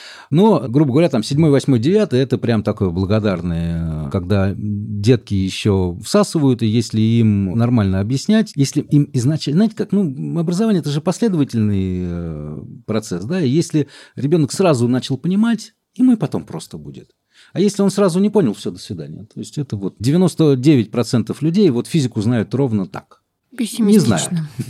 Но, грубо говоря, там седьмой, восьмой, девятый – это прям такое благодарное, когда детки еще всасывают, и если им нормально объяснять, если им изначально, знаете как, ну, образование – это же последовательный процесс, да, и если ребенок сразу начал понимать, ему и потом просто будет. А если он сразу не понял, все, до свидания. То есть это вот девяносто девять процентов людей вот физику знают ровно так. Не знаю.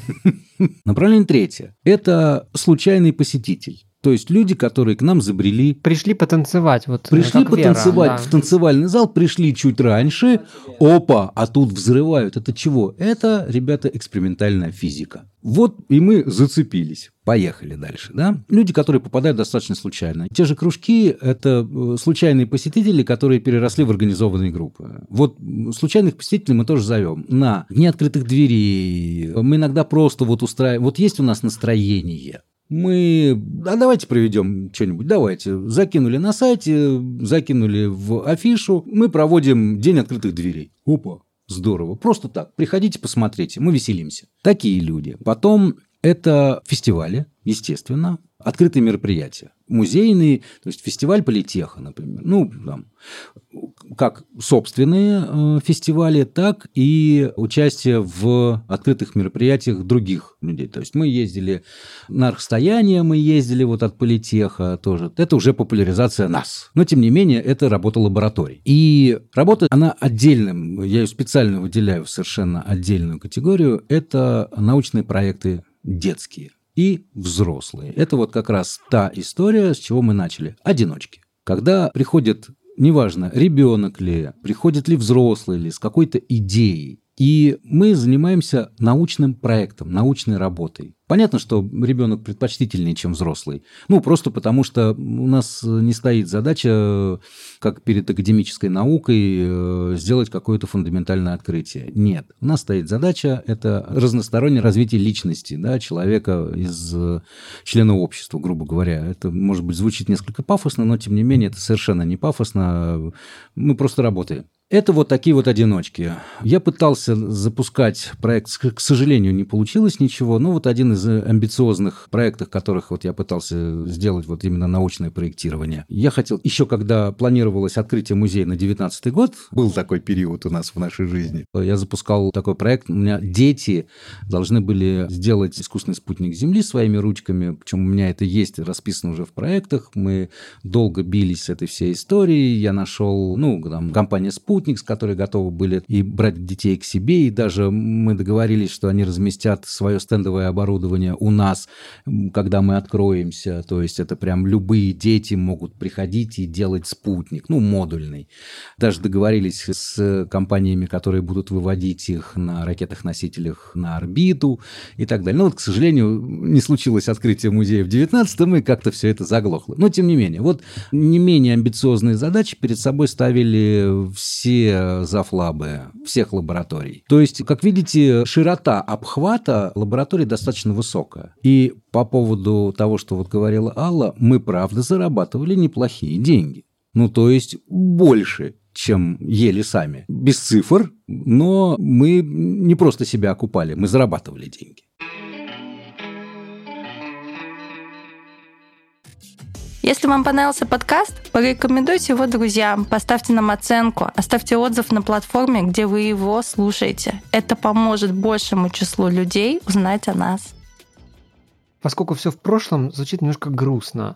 Направление третье. Это случайный посетитель. То есть люди, которые к нам забрели. Пришли потанцевать. Вот, пришли потанцевать Вера, да. в танцевальный зал, пришли чуть раньше. Опа, а тут взрывают. Это чего? Это, ребята, экспериментальная физика. Вот и мы зацепились. Поехали дальше. Да? Люди, которые попадают достаточно случайно. Те же кружки – это случайные посетители, которые переросли в организованные группы. Вот случайных посетителей мы тоже зовем. На дни открытых дверей. Мы иногда просто вот устраиваем. Вот есть у нас настроение. Мы, а давайте проведем что-нибудь, давайте. Закинули на сайте, закинули в афишу, мы проводим день открытых дверей. Опа, здорово. Просто так, приходите, посмотрите, мы веселимся. Такие люди. Потом это фестивали, естественно, открытые мероприятия. Музейные, то есть фестиваль политеха, например. Ну, там, как собственные э, фестивали, так и участие в открытых мероприятиях других людей. То есть мы ездили на архстояние, мы ездили вот от политеха тоже. Это уже популяризация нас. Но, тем не менее, это работа лабораторий. И работа, она отдельным, я ее специально выделяю в совершенно отдельную категорию, это научные проекты детские и взрослые. Это вот как раз та история, с чего мы начали. Одиночки. Когда приходит, неважно, ребенок ли, приходит ли взрослый ли, с какой-то идеей, и мы занимаемся научным проектом, научной работой. Понятно, что ребенок предпочтительнее, чем взрослый. Ну, просто потому что у нас не стоит задача, как перед академической наукой, сделать какое-то фундаментальное открытие. Нет. У нас стоит задача – это разностороннее развитие личности, да, человека из члена общества, грубо говоря. Это, может быть, звучит несколько пафосно, но, тем не менее, это совершенно не пафосно. Мы просто работаем. Это вот такие вот одиночки. Я пытался запускать проект, к сожалению, не получилось ничего, но вот один из амбициозных проектов, которых вот я пытался сделать, вот именно научное проектирование. Я хотел, еще когда планировалось открытие музея на девятнадцатый год, был такой период у нас в нашей жизни, я запускал такой проект, у меня дети должны были сделать искусственный спутник Земли своими ручками, причем у меня это есть, расписано уже в проектах, мы долго бились с этой всей историей, я нашел, ну, там, компания «Спутник», спутник, с которой готовы были и брать детей к себе, и даже мы договорились, что они разместят свое стендовое оборудование у нас, когда мы откроемся. То есть это прям любые дети могут приходить и делать спутник, ну, модульный. Даже договорились с компаниями, которые будут выводить их на ракетах-носителях на орбиту и так далее. Но вот, к сожалению, не случилось открытие музея в девятнадцатом, и как-то все это заглохло. Но, тем не менее, вот не менее амбициозные задачи перед собой ставили все завлабы всех лабораторий. То есть, как видите, широта обхвата лабораторий достаточно высокая. И по поводу того, что вот говорила Алла, мы, правда, зарабатывали неплохие деньги. Ну, то есть, больше, чем ели сами. Без цифр, но мы не просто себя окупали, мы зарабатывали деньги. Если вам понравился подкаст, порекомендуйте его друзьям, поставьте нам оценку, оставьте отзыв на платформе, где вы его слушаете. Это поможет большему числу людей узнать о нас. Поскольку все в прошлом, звучит немножко грустно.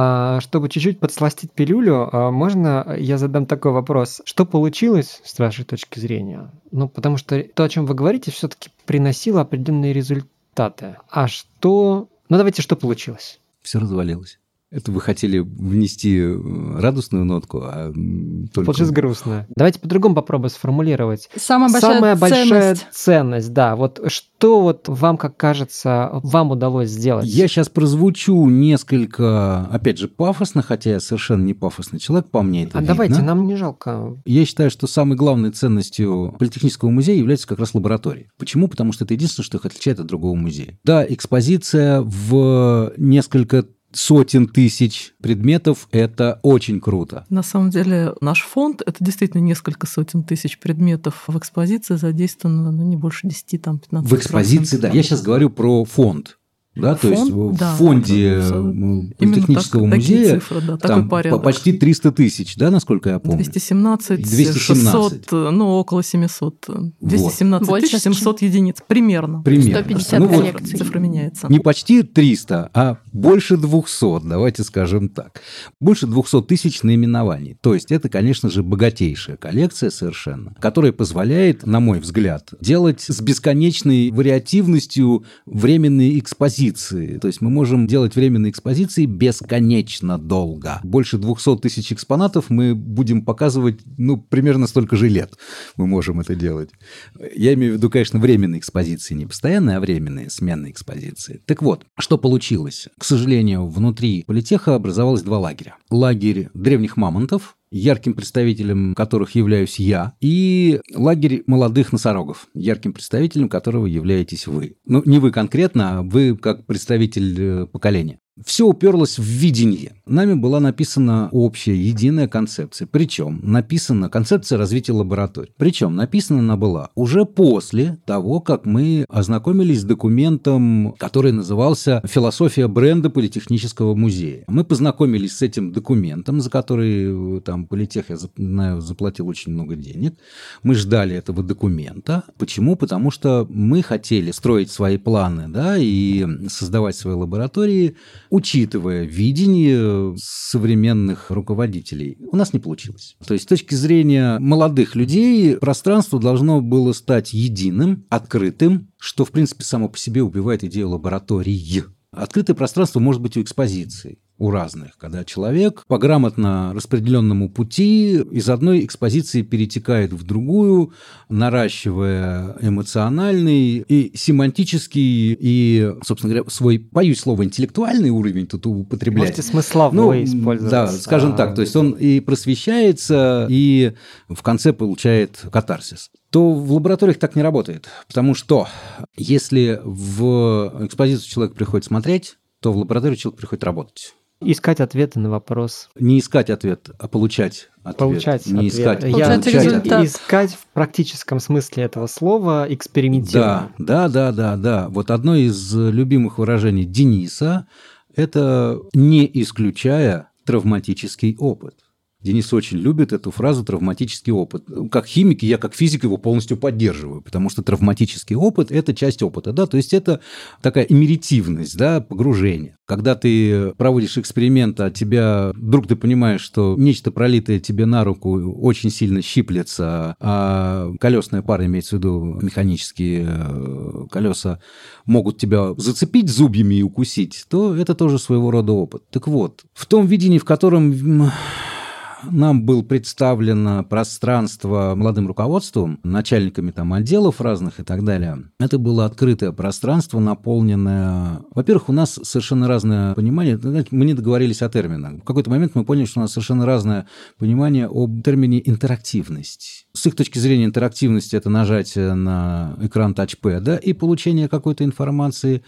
А чтобы чуть-чуть подсластить пилюлю, можно я задам такой вопрос. Что получилось с вашей точки зрения? Ну, потому что то, о чем вы говорите, все-таки приносило определенные результаты. А что... Ну, давайте, что получилось? Все развалилось. Это вы хотели внести радостную нотку, а только... Получилось грустно. Давайте по-другому попробуем сформулировать. Самая большая Самая большая ценность. ценность, да. Вот что вот вам, как кажется, вам удалось сделать? Я сейчас прозвучу несколько, опять же, пафосно, хотя я совершенно не пафосный человек, по мне это А видно. давайте, нам не жалко. Я считаю, что самой главной ценностью Политехнического музея является как раз лаборатория. Почему? Потому что это единственное, что их отличает от другого музея. Да, экспозиция в несколько сотен тысяч предметов – это очень круто. На самом деле наш фонд – это действительно несколько сотен тысяч предметов. В экспозиции задействовано ну, не больше десяти, там, пятнадцати В экспозиции, да. Я сейчас говорю про фонд. Да, Фонд, то есть в да, фонде да, Политехнического так, музея цифры, да, там порядок. почти триста тысяч, да, насколько я помню? двести семнадцать, двести семнадцать. шестьсот, ну, около семисот. двести семнадцать Вот. тысяч семьсот единиц, примерно. Примерно. сто пятьдесят Ну, вот коллекций. Цифра меняется. не почти триста, а больше двухсот, давайте скажем так. Больше двухсот тысяч наименований. То есть это, конечно же, богатейшая коллекция совершенно, которая позволяет, на мой взгляд, делать с бесконечной вариативностью временные экспозиции. То есть мы можем делать временные экспозиции бесконечно долго. Больше двухсот тысяч экспонатов мы будем показывать, ну, примерно столько же лет мы можем это делать. Я имею в виду, конечно, временные экспозиции, не постоянные, а временные, сменные экспозиции. Так вот, что получилось? К сожалению, внутри политеха образовалось два лагеря. Лагерь древних мамонтов, ярким представителем которых являюсь я, и лагерь молодых носорогов, ярким представителем которого являетесь вы. Ну, не вы конкретно, а вы как представитель поколения. Все уперлось в видение. Нами была написана общая, единая концепция. Причем написана концепция развития лабораторий. Причем написана она была уже после того, как мы ознакомились с документом, который назывался «Философия бренда Политехнического музея». Мы познакомились с этим документом, за который там Политех, я знаю, заплатил очень много денег. Мы ждали этого документа. Почему? Потому что мы хотели строить свои планы, да, и создавать свои лаборатории, учитывая видение современных руководителей. У нас не получилось. То есть, с точки зрения молодых людей, пространство должно было стать единым, открытым, что, в принципе, само по себе убивает идею лаборатории. Открытое пространство может быть у экспозиции, у разных, когда человек по грамотно распределенному пути из одной экспозиции перетекает в другую, наращивая эмоциональный и семантический, и, собственно говоря, свой, боюсь слова, интеллектуальный уровень тут употреблять. Можете смысловой ну, использовать. Да, скажем так, то есть он и просвещается, и в конце получает катарсис. То в лабораториях так не работает, потому что если в экспозицию человек приходит смотреть, то в лабораторию человек приходит работать. Искать ответы на вопрос. Не искать ответ, а получать ответ. Получать не ответ. искать, Я получать результат. Искать в практическом смысле этого слова, экспериментировать. Да, да, да, да, да. Вот одно из любимых выражений Дениса – это не исключая травматический опыт. Денис очень любит эту фразу «травматический опыт». Как химик, я как физик его полностью поддерживаю, потому что травматический опыт – это часть опыта, да, то есть это такая иммеративность, да, погружение. Когда ты проводишь эксперимент, а тебя, вдруг ты понимаешь, что нечто, пролитое тебе на руку, очень сильно щиплется, а колесная пара, имеется в виду механические колеса, могут тебя зацепить зубьями и укусить, то это тоже своего рода опыт. Так вот, в том видении, в котором нам было представлено пространство молодым руководством, начальниками там отделов разных и так далее. Это было открытое пространство, наполненное... Во-первых, у нас совершенно разное понимание. Мы не договорились о терминах. В какой-то момент мы поняли, что у нас совершенно разное понимание об термине «интерактивность». С их точки зрения интерактивность – это нажатие на экран тачпэда и получение какой-то информации.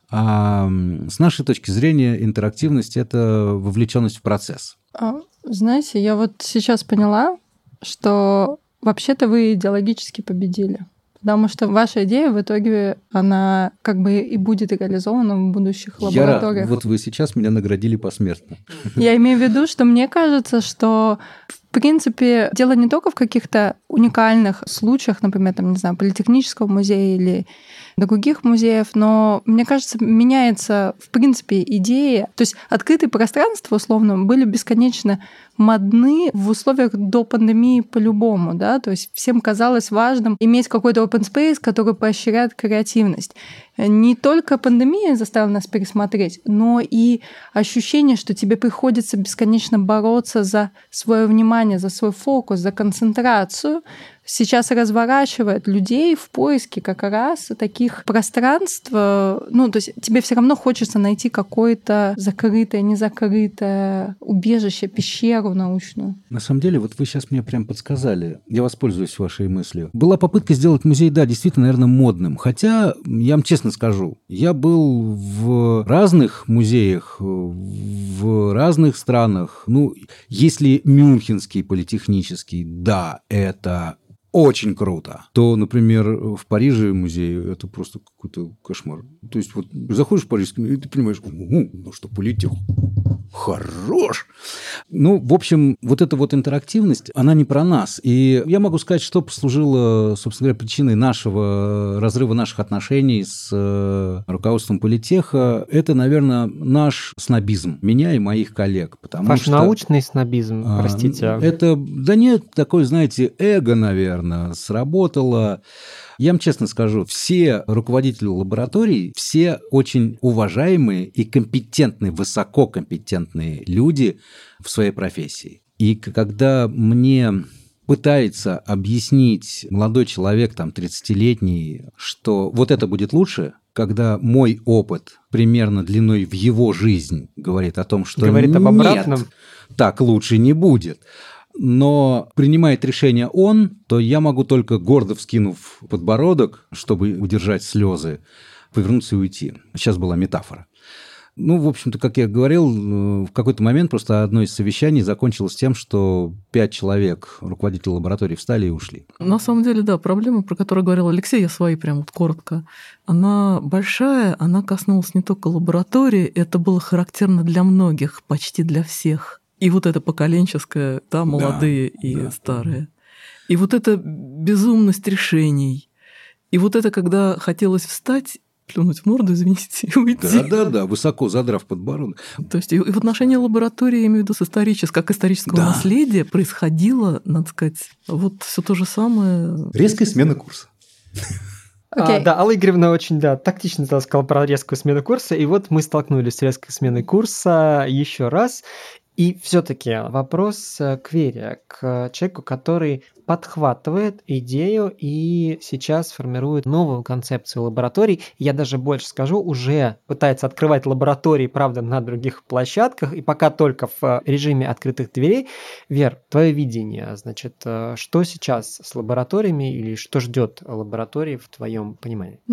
А с нашей точки зрения интерактивность – это вовлеченность в процесс. Знаете, я вот сейчас поняла, что вообще-то вы идеологически победили. Потому что ваша идея в итоге, она как бы и будет реализована в будущих лабораториях. Я, вот вы сейчас меня наградили посмертно. Я имею в виду, что мне кажется, что в принципе дело не только в каких-то уникальных случаях, например, там, не знаю, Политехнического музея или других музеев, но, мне кажется, меняется, в принципе, идея. То есть открытые пространства, условно, были бесконечно модны в условиях до пандемии по-любому, да, то есть всем казалось важным иметь какой-то open space, который поощряет креативность. Не только пандемия заставила нас пересмотреть, но и ощущение, что тебе приходится бесконечно бороться за свое внимание, за свой фокус, за концентрацию, сейчас разворачивает людей в поиске как раз таких пространств. Ну, то есть тебе все равно хочется найти какое-то закрытое, незакрытое убежище, пещеру научную. На самом деле, вот вы сейчас мне прям подсказали. Я воспользуюсь вашей мыслью. Была попытка сделать музей, да, действительно, наверное, модным. Хотя, я вам честно скажу, я был в разных музеях, в разных странах. Ну, если Мюнхенский политехнический, да, это очень круто, то, например, в Париже музей – это просто какой-то кошмар. То есть вот заходишь в Париж, и ты понимаешь, ну что, политех, хорош. Ну, в общем, вот эта вот интерактивность, она не про нас. И я могу сказать, что послужило, собственно говоря, причиной нашего разрыва наших отношений с руководством политеха. Это, наверное, наш снобизм, меня и моих коллег. Потому Ваш что, научный снобизм, а, простите. Это, да нет, такое, знаете, эго, наверное, сработало. Я вам честно скажу, все руководители лабораторий, все очень уважаемые и компетентные, высококомпетентные люди в своей профессии. И когда мне пытается объяснить молодой человек, там, тридцатилетний, что вот это будет лучше, когда мой опыт примерно длиной в его жизнь говорит о том, что говорит нет, об обратном. Так лучше не будет. Но принимает решение он, то я могу только, гордо вскинув подбородок, чтобы удержать слезы, повернуться и уйти. Сейчас была метафора. Ну, в общем-то, как я говорил, в какой-то момент просто одно из совещаний закончилось тем, что пять человек, руководители лаборатории, встали и ушли. На самом деле, да, проблема, про которую говорил Алексей, я свои прям вот коротко, она большая, она коснулась не только лаборатории, это было характерно для многих, почти для всех. И вот это поколенческое, да, молодые да, и да. старые. И вот эта безумность решений. И вот это, когда хотелось встать, плюнуть в морду, извините, и уйти. Да-да-да, высоко задрав подбородок. То есть и в отношении лаборатории, я имею в виду, с исторического, как исторического да. наследия происходило, надо сказать, вот все то же самое. Резкая смена курса. Okay. А, да, Алла Игоревна очень да, тактично сказала про резкую смену курса, и вот мы столкнулись с резкой сменой курса еще раз. И все-таки вопрос к Вере, к человеку, который подхватывает идею и сейчас формирует новую концепцию лабораторий. Я даже больше скажу, уже пытается открывать лаборатории, правда, на других площадках, и пока только в режиме открытых дверей. Вер, твое видение, значит, что сейчас с лабораториями или что ждет лаборатории в твоем понимании?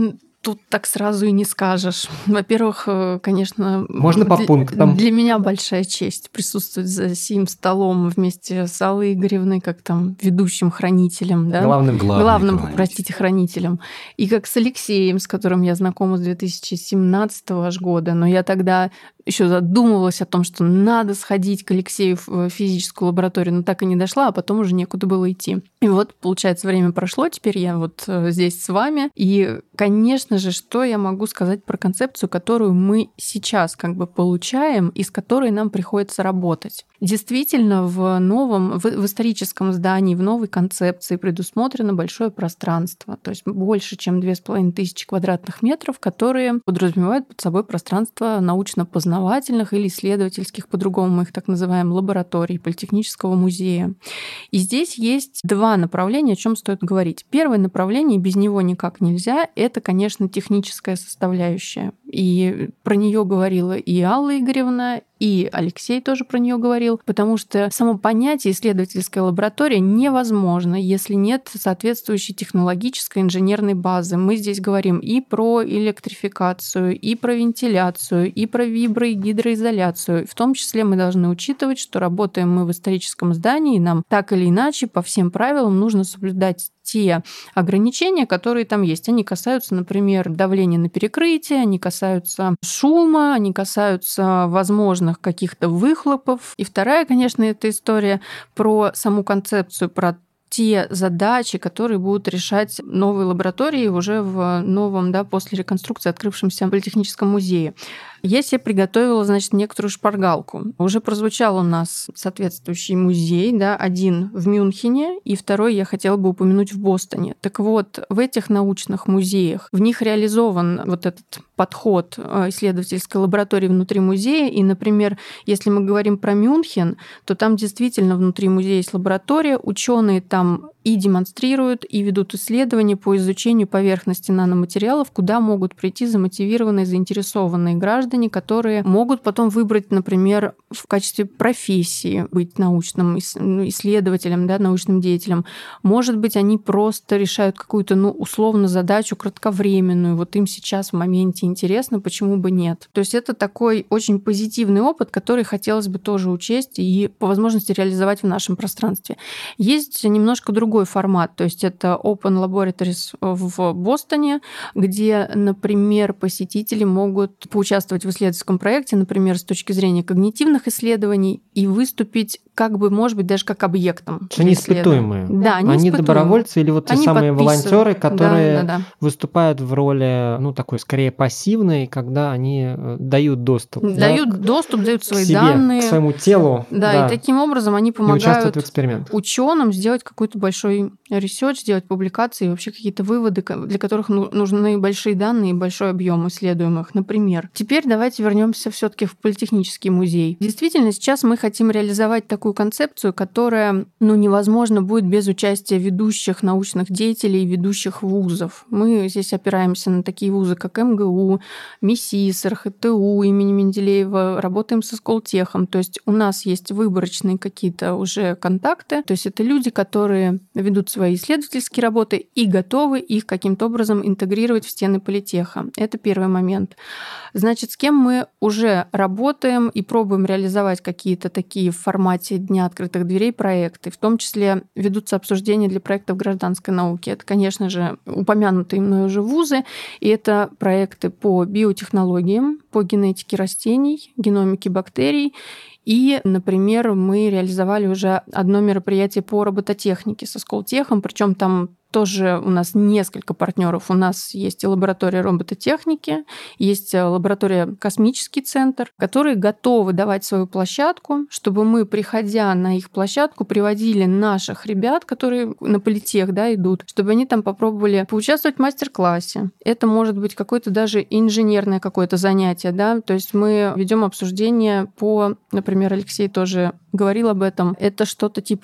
Тут так сразу и не скажешь. Во-первых, конечно... Можно по для, пунктам. Для меня большая честь присутствовать за сим столом вместе с Аллой Игоревной, как там ведущим хранителем, да? Главным, главным, хранитель. простите, хранителем. И как с Алексеем, с которым я знакома с две тысячи семнадцатого аж года. Но я тогда еще задумывалась о том, что надо сходить к Алексею в физическую лабораторию, но так и не дошла, а потом уже некуда было идти. И вот, получается, время прошло, теперь я вот здесь с вами. И, конечно же, что я могу сказать про концепцию, которую мы сейчас как бы получаем и с которой нам приходится работать. Действительно, в новом, в, в историческом здании, в новой концепции предусмотрено большое пространство, то есть больше, чем две с половиной тысячи квадратных метров, которые подразумевают под собой пространство научно-познавательных или исследовательских, по-другому мы их так называем, лабораторий Политехнического музея. И здесь есть два направления, о чем стоит говорить. Первое направление, без него никак нельзя, это, конечно, техническая составляющая. И про нее говорила и Алла Игоревна, и Алексей тоже про нее говорил, потому что само понятие исследовательская лаборатория невозможно, если нет соответствующей технологической инженерной базы. Мы здесь говорим и про электрификацию, и про вентиляцию, и про вибро- и гидроизоляцию. В том числе мы должны учитывать, что работаем мы в историческом здании, и нам так или иначе по всем правилам нужно соблюдать те ограничения, которые там есть. Они касаются, например, давления на перекрытие, они касаются шума, они касаются возможных каких-то выхлопов. И вторая, конечно, эта история про саму концепцию, про те задачи, которые будут решать новые лаборатории уже в новом, да, после реконструкции открывшемся Политехническом музее. Я себе приготовила, значит, некоторую шпаргалку. Уже прозвучал у нас соответствующий музей, да, один в Мюнхене, и второй я хотела бы упомянуть в Бостоне. Так вот, в этих научных музеях, в них реализован вот этот подход исследовательской лаборатории внутри музея. И, например, если мы говорим про Мюнхен, то там действительно внутри музея есть лаборатория, ученые там и демонстрируют, и ведут исследования по изучению поверхности наноматериалов, куда могут прийти замотивированные, заинтересованные граждане, которые могут потом выбрать, например, в качестве профессии быть научным исследователем, да, научным деятелем. Может быть, они просто решают какую-то, ну, условно, задачу кратковременную. Вот им сейчас в моменте интересно, почему бы нет. То есть это такой очень позитивный опыт, который хотелось бы тоже учесть и по возможности реализовать в нашем пространстве. Есть немножко другой формат, то есть это Open Laboratories в Бостоне, где, например, посетители могут поучаствовать в исследовательском проекте, например, с точки зрения когнитивных исследований и выступить как бы, может быть, даже как объектом. Они испытуемые. Да, они, они испытуемые. добровольцы или вот те они самые волонтеры, которые да, да, да. выступают в роли, ну, такой скорее пассивной, когда они дают доступ. Дают да, доступ, дают свои к себе, данные. К своему телу. Да, да, и таким образом они помогают ученым сделать какой-то большой ресерч, сделать публикации и вообще какие-то выводы, для которых нужны большие данные и большой объем исследуемых, например. Теперь давайте вернемся все-таки в Политехнический музей. Действительно, сейчас мы хотим реализовать такую концепцию, которая, ну, невозможно будет без участия ведущих научных деятелей и ведущих вузов. Мы здесь опираемся на такие вузы, как эм гэ у, МИСИС, эр ха тэ у имени Менделеева, работаем со Сколтехом. То есть у нас есть выборочные какие-то уже контакты. То есть это люди, которые ведут свои исследовательские работы и готовы их каким-то образом интегрировать в стены политеха. Это первый момент. Значит, с кем мы уже работаем и пробуем реализовать какие-то такие в формате Дня открытых дверей проекты. В том числе ведутся обсуждения для проектов гражданской науки. Это, конечно же, упомянутые мной уже вузы, и это проекты по биотехнологиям, по генетике растений, геномике бактерий. И, например, мы реализовали уже одно мероприятие по робототехнике со Сколтехом, причем там тоже у нас несколько партнеров. У нас есть и лаборатория робототехники, есть лаборатория «Космический центр», которые готовы давать свою площадку, чтобы мы, приходя на их площадку, приводили наших ребят, которые на политех, да, идут, чтобы они там попробовали поучаствовать в мастер-классе. Это может быть какое-то даже инженерное какое-то занятие, да, то есть мы ведем обсуждение по, например, Алексей тоже говорил об этом, это что-то типа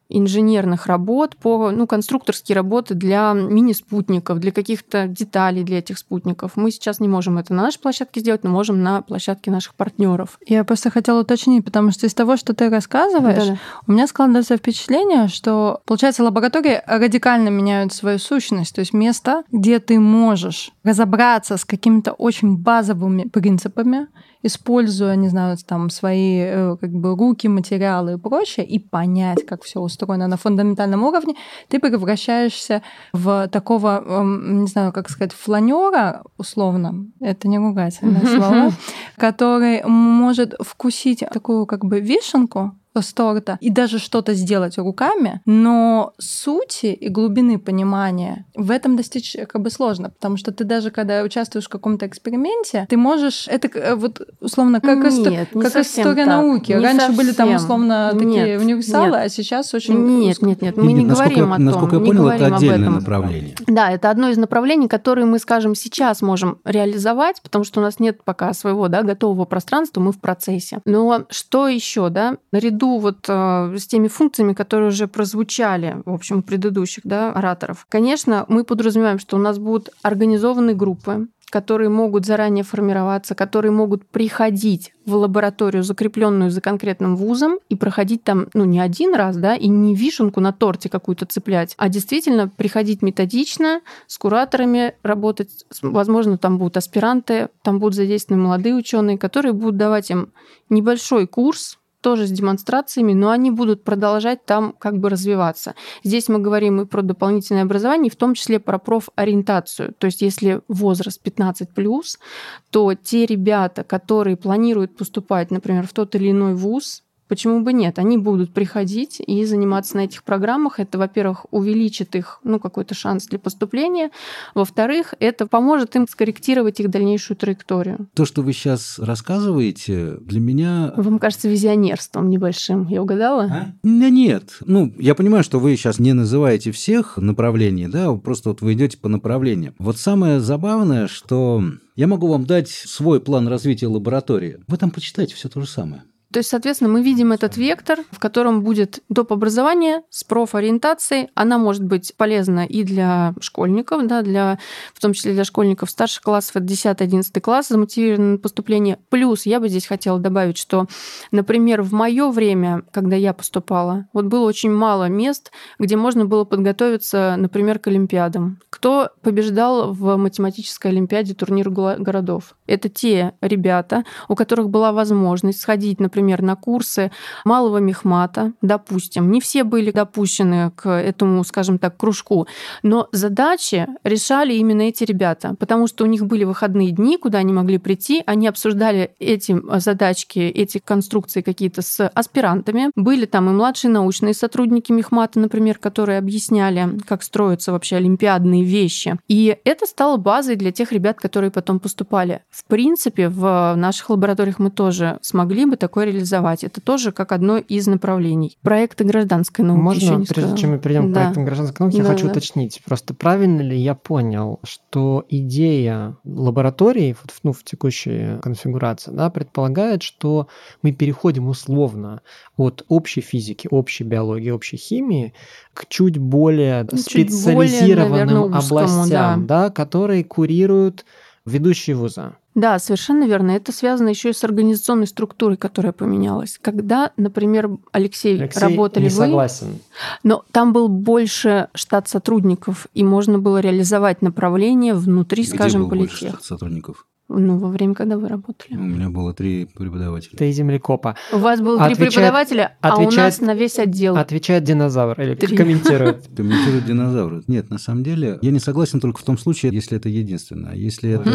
инженерных работ, по ну, конструкторские работы для мини-спутников, для каких-то деталей для этих спутников. Мы сейчас не можем это на нашей площадке сделать, но можем на площадке наших партнеров. Я просто хотела уточнить, потому что из того, что ты рассказываешь, Да-да. у меня складывается впечатление, что, получается, лаборатории радикально меняют свою сущность, то есть место, где ты можешь разобраться с какими-то очень базовыми принципами, используя, не знаю, там свои как бы руки, материалы и прочее, и понять, как все устроено на фундаментальном уровне, ты превращаешься в такого, не знаю, как сказать, фланера, условно, это не ругательное слово, который может вкусить такую как бы вишенку с торта и даже что-то сделать руками, но сути и глубины понимания в этом достичь как бы сложно, потому что ты даже когда участвуешь в каком-то эксперименте, ты можешь, это вот условно как, нет, исто... как история так. науки. Не Раньше совсем. были там условно нет, такие универсалы, нет. а сейчас очень... Нет, нет, нет, мы нет, не говорим насколько, о том. Насколько я не понял, это отдельное этом. направление. Да, это одно из направлений, которые мы, скажем, сейчас можем реализовать, потому что у нас нет пока своего да, готового пространства, мы в процессе. Но что еще, да, наряду вот с теми функциями, которые уже прозвучали, в общем, у предыдущих да, ораторов. Конечно, мы подразумеваем, что у нас будут организованные группы, которые могут заранее формироваться, которые могут приходить в лабораторию, закрепленную за конкретным вузом, и проходить там, ну, не один раз, да, и не вишенку на торте какую-то цеплять, а действительно приходить методично, с кураторами работать. Возможно, там будут аспиранты, там будут задействованы молодые ученые, которые будут давать им небольшой курс, тоже с демонстрациями, но они будут продолжать там как бы развиваться. Здесь мы говорим и про дополнительное образование, в том числе про профориентацию. То есть если возраст пятнадцать плюс, то те ребята, которые планируют поступать, например, в тот или иной вуз, почему бы нет? Они будут приходить и заниматься на этих программах. Это, во-первых, увеличит их, ну, какой-то шанс для поступления. Во-вторых, это поможет им скорректировать их дальнейшую траекторию. То, что вы сейчас рассказываете, для меня... Вам кажется визионерством небольшим. Я угадала? А? Нет. Ну, я понимаю, что вы сейчас не называете всех направлений, да, просто вот вы идете по направлениям. Вот самое забавное, что я могу вам дать свой план развития лаборатории. Вы там почитайте все то же самое. То есть, соответственно, мы видим этот вектор, в котором будет доп. Образование с профориентацией. Она может быть полезна и для школьников, да, для, в том числе для школьников старших классов, это десятый-одиннадцатый класс, замотивированное поступление. Плюс я бы здесь хотела добавить, что, например, в мое время, когда я поступала, вот было очень мало мест, где можно было подготовиться, например, к олимпиадам. Кто побеждал в математической олимпиаде турнир городов? Это те ребята, у которых была возможность сходить, например, например, на курсы малого мехмата, допустим. Не все были допущены к этому, скажем так, кружку, но задачи решали именно эти ребята, потому что у них были выходные дни, куда они могли прийти, они обсуждали эти задачки, эти конструкции какие-то с аспирантами. Были там и младшие научные сотрудники мехмата, например, которые объясняли, как строятся вообще олимпиадные вещи. И это стало базой для тех ребят, которые потом поступали. В принципе, в наших лабораториях мы тоже смогли бы такое реализовать. Это тоже как одно из направлений. Проекты гражданской науки. Можно, прежде сказала. чем мы перейдем к да. проектам гражданской науки, да, я хочу да. уточнить. Просто правильно ли я понял, что идея лаборатории вот, ну, в текущей конфигурации да, предполагает, что мы переходим условно от общей физики, общей биологии, общей химии к чуть более чуть специализированным более, наверное, узкому, областям, да. Да, которые курируют ведущие вуза. Да, совершенно верно. Это связано еще и с организационной структурой, которая поменялась. Когда, например, Алексей, Алексей работали не вы, согласен. но там был больше штат сотрудников, и можно было реализовать направление внутри, Где скажем, был больше политех. штат сотрудников? Ну, во время, когда вы работали. У меня было три преподавателя. Ты землекопа. У вас было три Отвечает- преподавателя, а у отвечает- нас на весь отдел. Отвечает динозавр или Три. комментирует. Комментируют динозавры. Нет, на самом деле, я не согласен только в том случае, если это единственное. Если это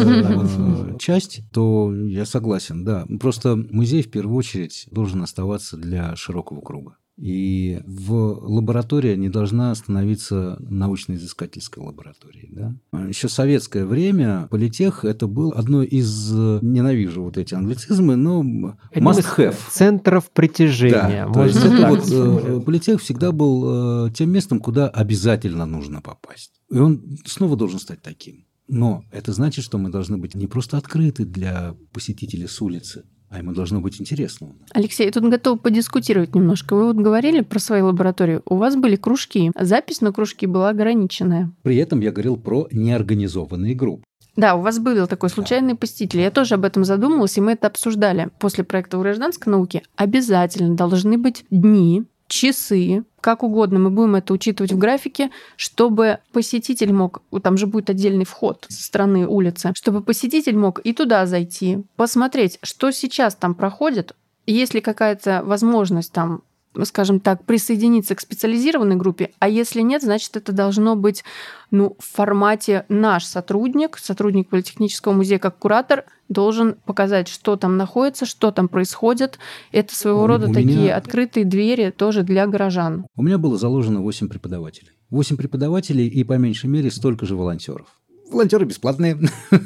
э, часть, то я согласен, да. Просто музей в первую очередь должен оставаться для широкого круга. И в лаборатории не должна становиться научно-изыскательской лабораторией. Да? Еще в советское время политех это был одно из, ненавижу вот эти англицизмы, но must have. Центров притяжения. Да, то есть можно это так вот, э, сформулировать. политех всегда был э, тем местом, куда обязательно нужно попасть. И он снова должен стать таким. Но это значит, что мы должны быть не просто открыты для посетителей с улицы, А ему должно быть интересно. Алексей, я тут готова подискутировать немножко. Вы вот говорили про свои лаборатории. У вас были кружки. Запись на кружки была ограниченная. При этом я говорил про неорганизованные группы. Да, у вас был такой случайный посетитель. Я тоже об этом задумалась, и мы это обсуждали. После проекта в гражданской науке обязательно должны быть дни, часы, как угодно, мы будем это учитывать в графике, чтобы посетитель мог, там же будет отдельный вход со стороны улицы, чтобы посетитель мог и туда зайти, посмотреть, что сейчас там проходит, и есть ли какая-то возможность там, скажем так, присоединиться к специализированной группе, а если нет, значит, это должно быть ну, в формате наш сотрудник, сотрудник Политехнического музея как куратор, должен показать, что там находится, что там происходит. Это своего у, рода у такие меня... открытые двери тоже для горожан. У меня было заложено восемь преподавателей. восемь преподавателей и по меньшей мере столько же волонтеров. Волонтеры бесплатные.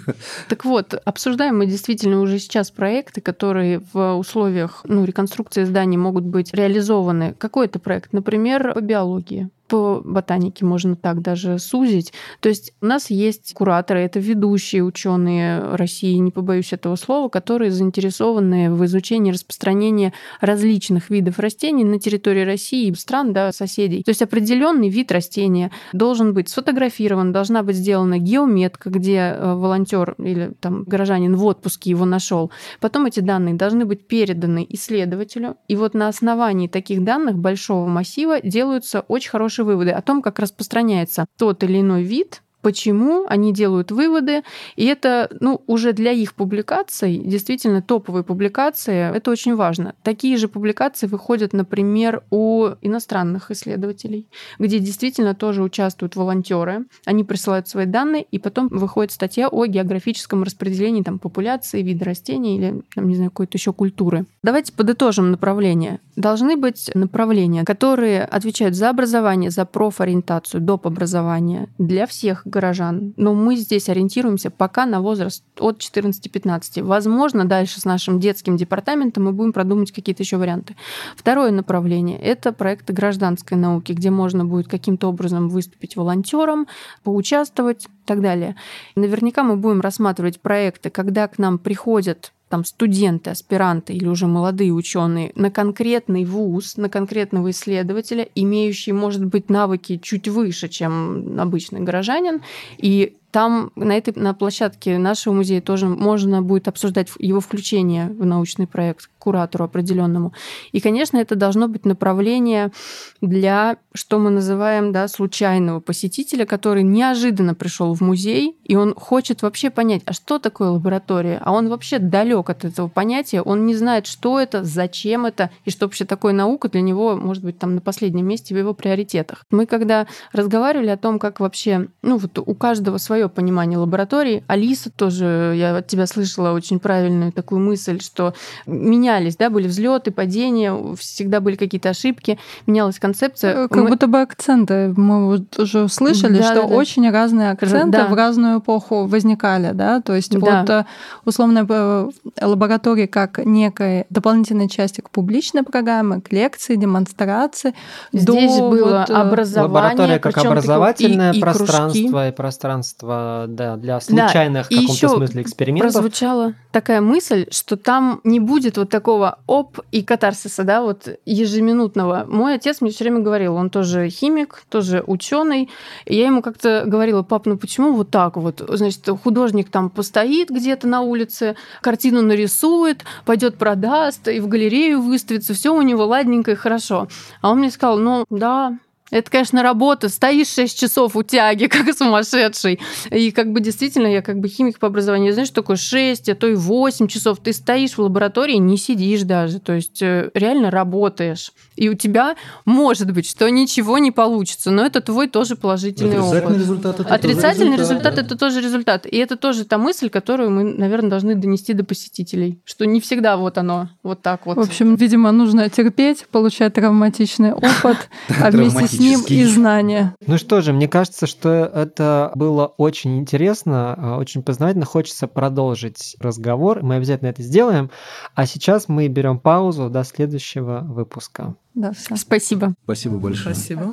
Так вот, обсуждаем мы действительно уже сейчас проекты, которые в условиях ну, реконструкции зданий могут быть реализованы. Какой это проект? Например, по биологии. По ботанике можно так даже сузить. То есть у нас есть кураторы, это ведущие ученые России, не побоюсь этого слова, которые заинтересованы в изучении распространения различных видов растений на территории России и стран, да, соседей. То есть определенный вид растения должен быть сфотографирован, должна быть сделана геометка, где волонтер или там горожанин в отпуске его нашел. Потом эти данные должны быть переданы исследователю. И вот на основании таких данных большого массива делаются очень хорошие выводы о том, как распространяется тот или иной вид, почему они делают выводы. И это ну, уже для их публикаций, действительно топовые публикации, это очень важно. Такие же публикации выходят, например, у иностранных исследователей, где действительно тоже участвуют волонтеры. Они присылают свои данные, и потом выходит статья о географическом распределении там, популяции, вида растений или, там, не знаю, какой-то еще культуры. Давайте подытожим направления. Должны быть направления, которые отвечают за образование, за профориентацию, доп. Образование для всех горожан. Но мы здесь ориентируемся пока на возраст от четырнадцати-пятнадцати. Возможно, дальше с нашим детским департаментом мы будем продумать какие-то еще варианты. Второе направление — это проекты гражданской науки, где можно будет каким-то образом выступить волонтером, поучаствовать и так далее. Наверняка мы будем рассматривать проекты, когда к нам приходят там студенты, аспиранты или уже молодые ученые на конкретный вуз, на конкретного исследователя, имеющие, может быть, навыки чуть выше, чем обычный горожанин, и там на этой на площадке нашего музея тоже можно будет обсуждать его включение в научный проект к куратору определенному. И, конечно, это должно быть направление для, что мы называем, да, случайного посетителя, который неожиданно пришел в музей, и он хочет вообще понять, а что такое лаборатория? А он вообще далек от этого понятия, он не знает, что это, зачем это, и что вообще такое наука для него, может быть, там на последнем месте в его приоритетах. Мы когда разговаривали о том, как вообще, ну вот у каждого свое понимание лаборатории. Алиса тоже, я от тебя слышала очень правильную такую мысль, что менялись, да, были взлеты, падения, всегда были какие-то ошибки, менялась концепция. Как мы... будто бы акценты. Мы вот уже слышали, да, что да, очень да. разные акценты да. в разную эпоху возникали, да, то есть да. вот условно лаборатории как некая дополнительная часть к публичной программе, к лекции, демонстрации. Здесь до было вот... образование, лаборатория как образовательное и, и пространство кружки. и пространство да, для случайных да. в каком-то смысле экспериментов. Прозвучала такая мысль, что там не будет вот такого оп и катарсиса, да, вот ежеминутного. Мой отец мне все время говорил, он тоже химик, тоже ученый. И я ему как-то говорила: пап, ну почему вот так вот? Значит, художник там постоит где-то на улице, картину нарисует, пойдет продаст и в галерею выставится, все у него ладненько и хорошо. А он мне сказал: ну да, это, конечно, работа. Стоишь шесть часов у тяги, как сумасшедший. И как бы действительно, я как бы химик по образованию, знаешь, что такое шесть, а то и восемь часов. Ты стоишь в лаборатории, не сидишь даже. То есть реально работаешь. И у тебя может быть, что ничего не получится. Но это твой тоже положительный Отрицательный опыт. Результат это Отрицательный тоже результат да. это тоже результат. И это тоже та мысль, которую мы, наверное, должны донести до посетителей. Что не всегда вот оно, вот так вот. В общем, видимо, нужно терпеть, получать травматичный опыт, а вместе с ним и знания. Ну что же, мне кажется, что это было очень интересно, очень познавательно. Хочется продолжить разговор. Мы обязательно это сделаем. А сейчас мы берем паузу до следующего выпуска. Да, все. Спасибо. Спасибо большое. Спасибо.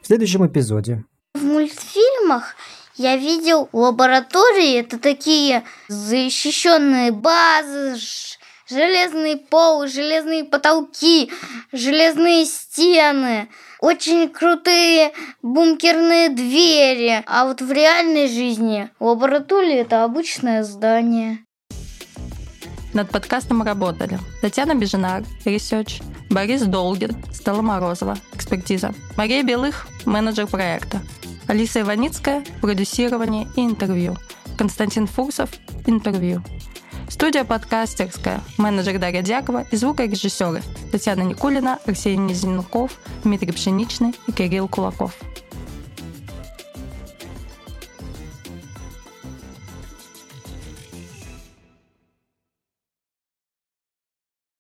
следующем эпизоде. В мультфильмах я видел лаборатории, это такие защищенные базы, железный пол, железные потолки, железные стены, очень крутые бункерные двери. А вот в реальной жизни лаборатория – это обычное здание. Над подкастом работали Татьяна Беженар, ресерч, Борис Долгин, Стелла Морозова, экспертиза, Мария Белых, менеджер проекта, Алиса Иваницкая, продюсирование и интервью, Константин Фурсов, интервью. Студия подкастерская, менеджер Дарья Дьякова и звукорежиссеры Татьяна Никулина, Арсений Низенков, Дмитрий Пшеничный и Кирилл Кулаков.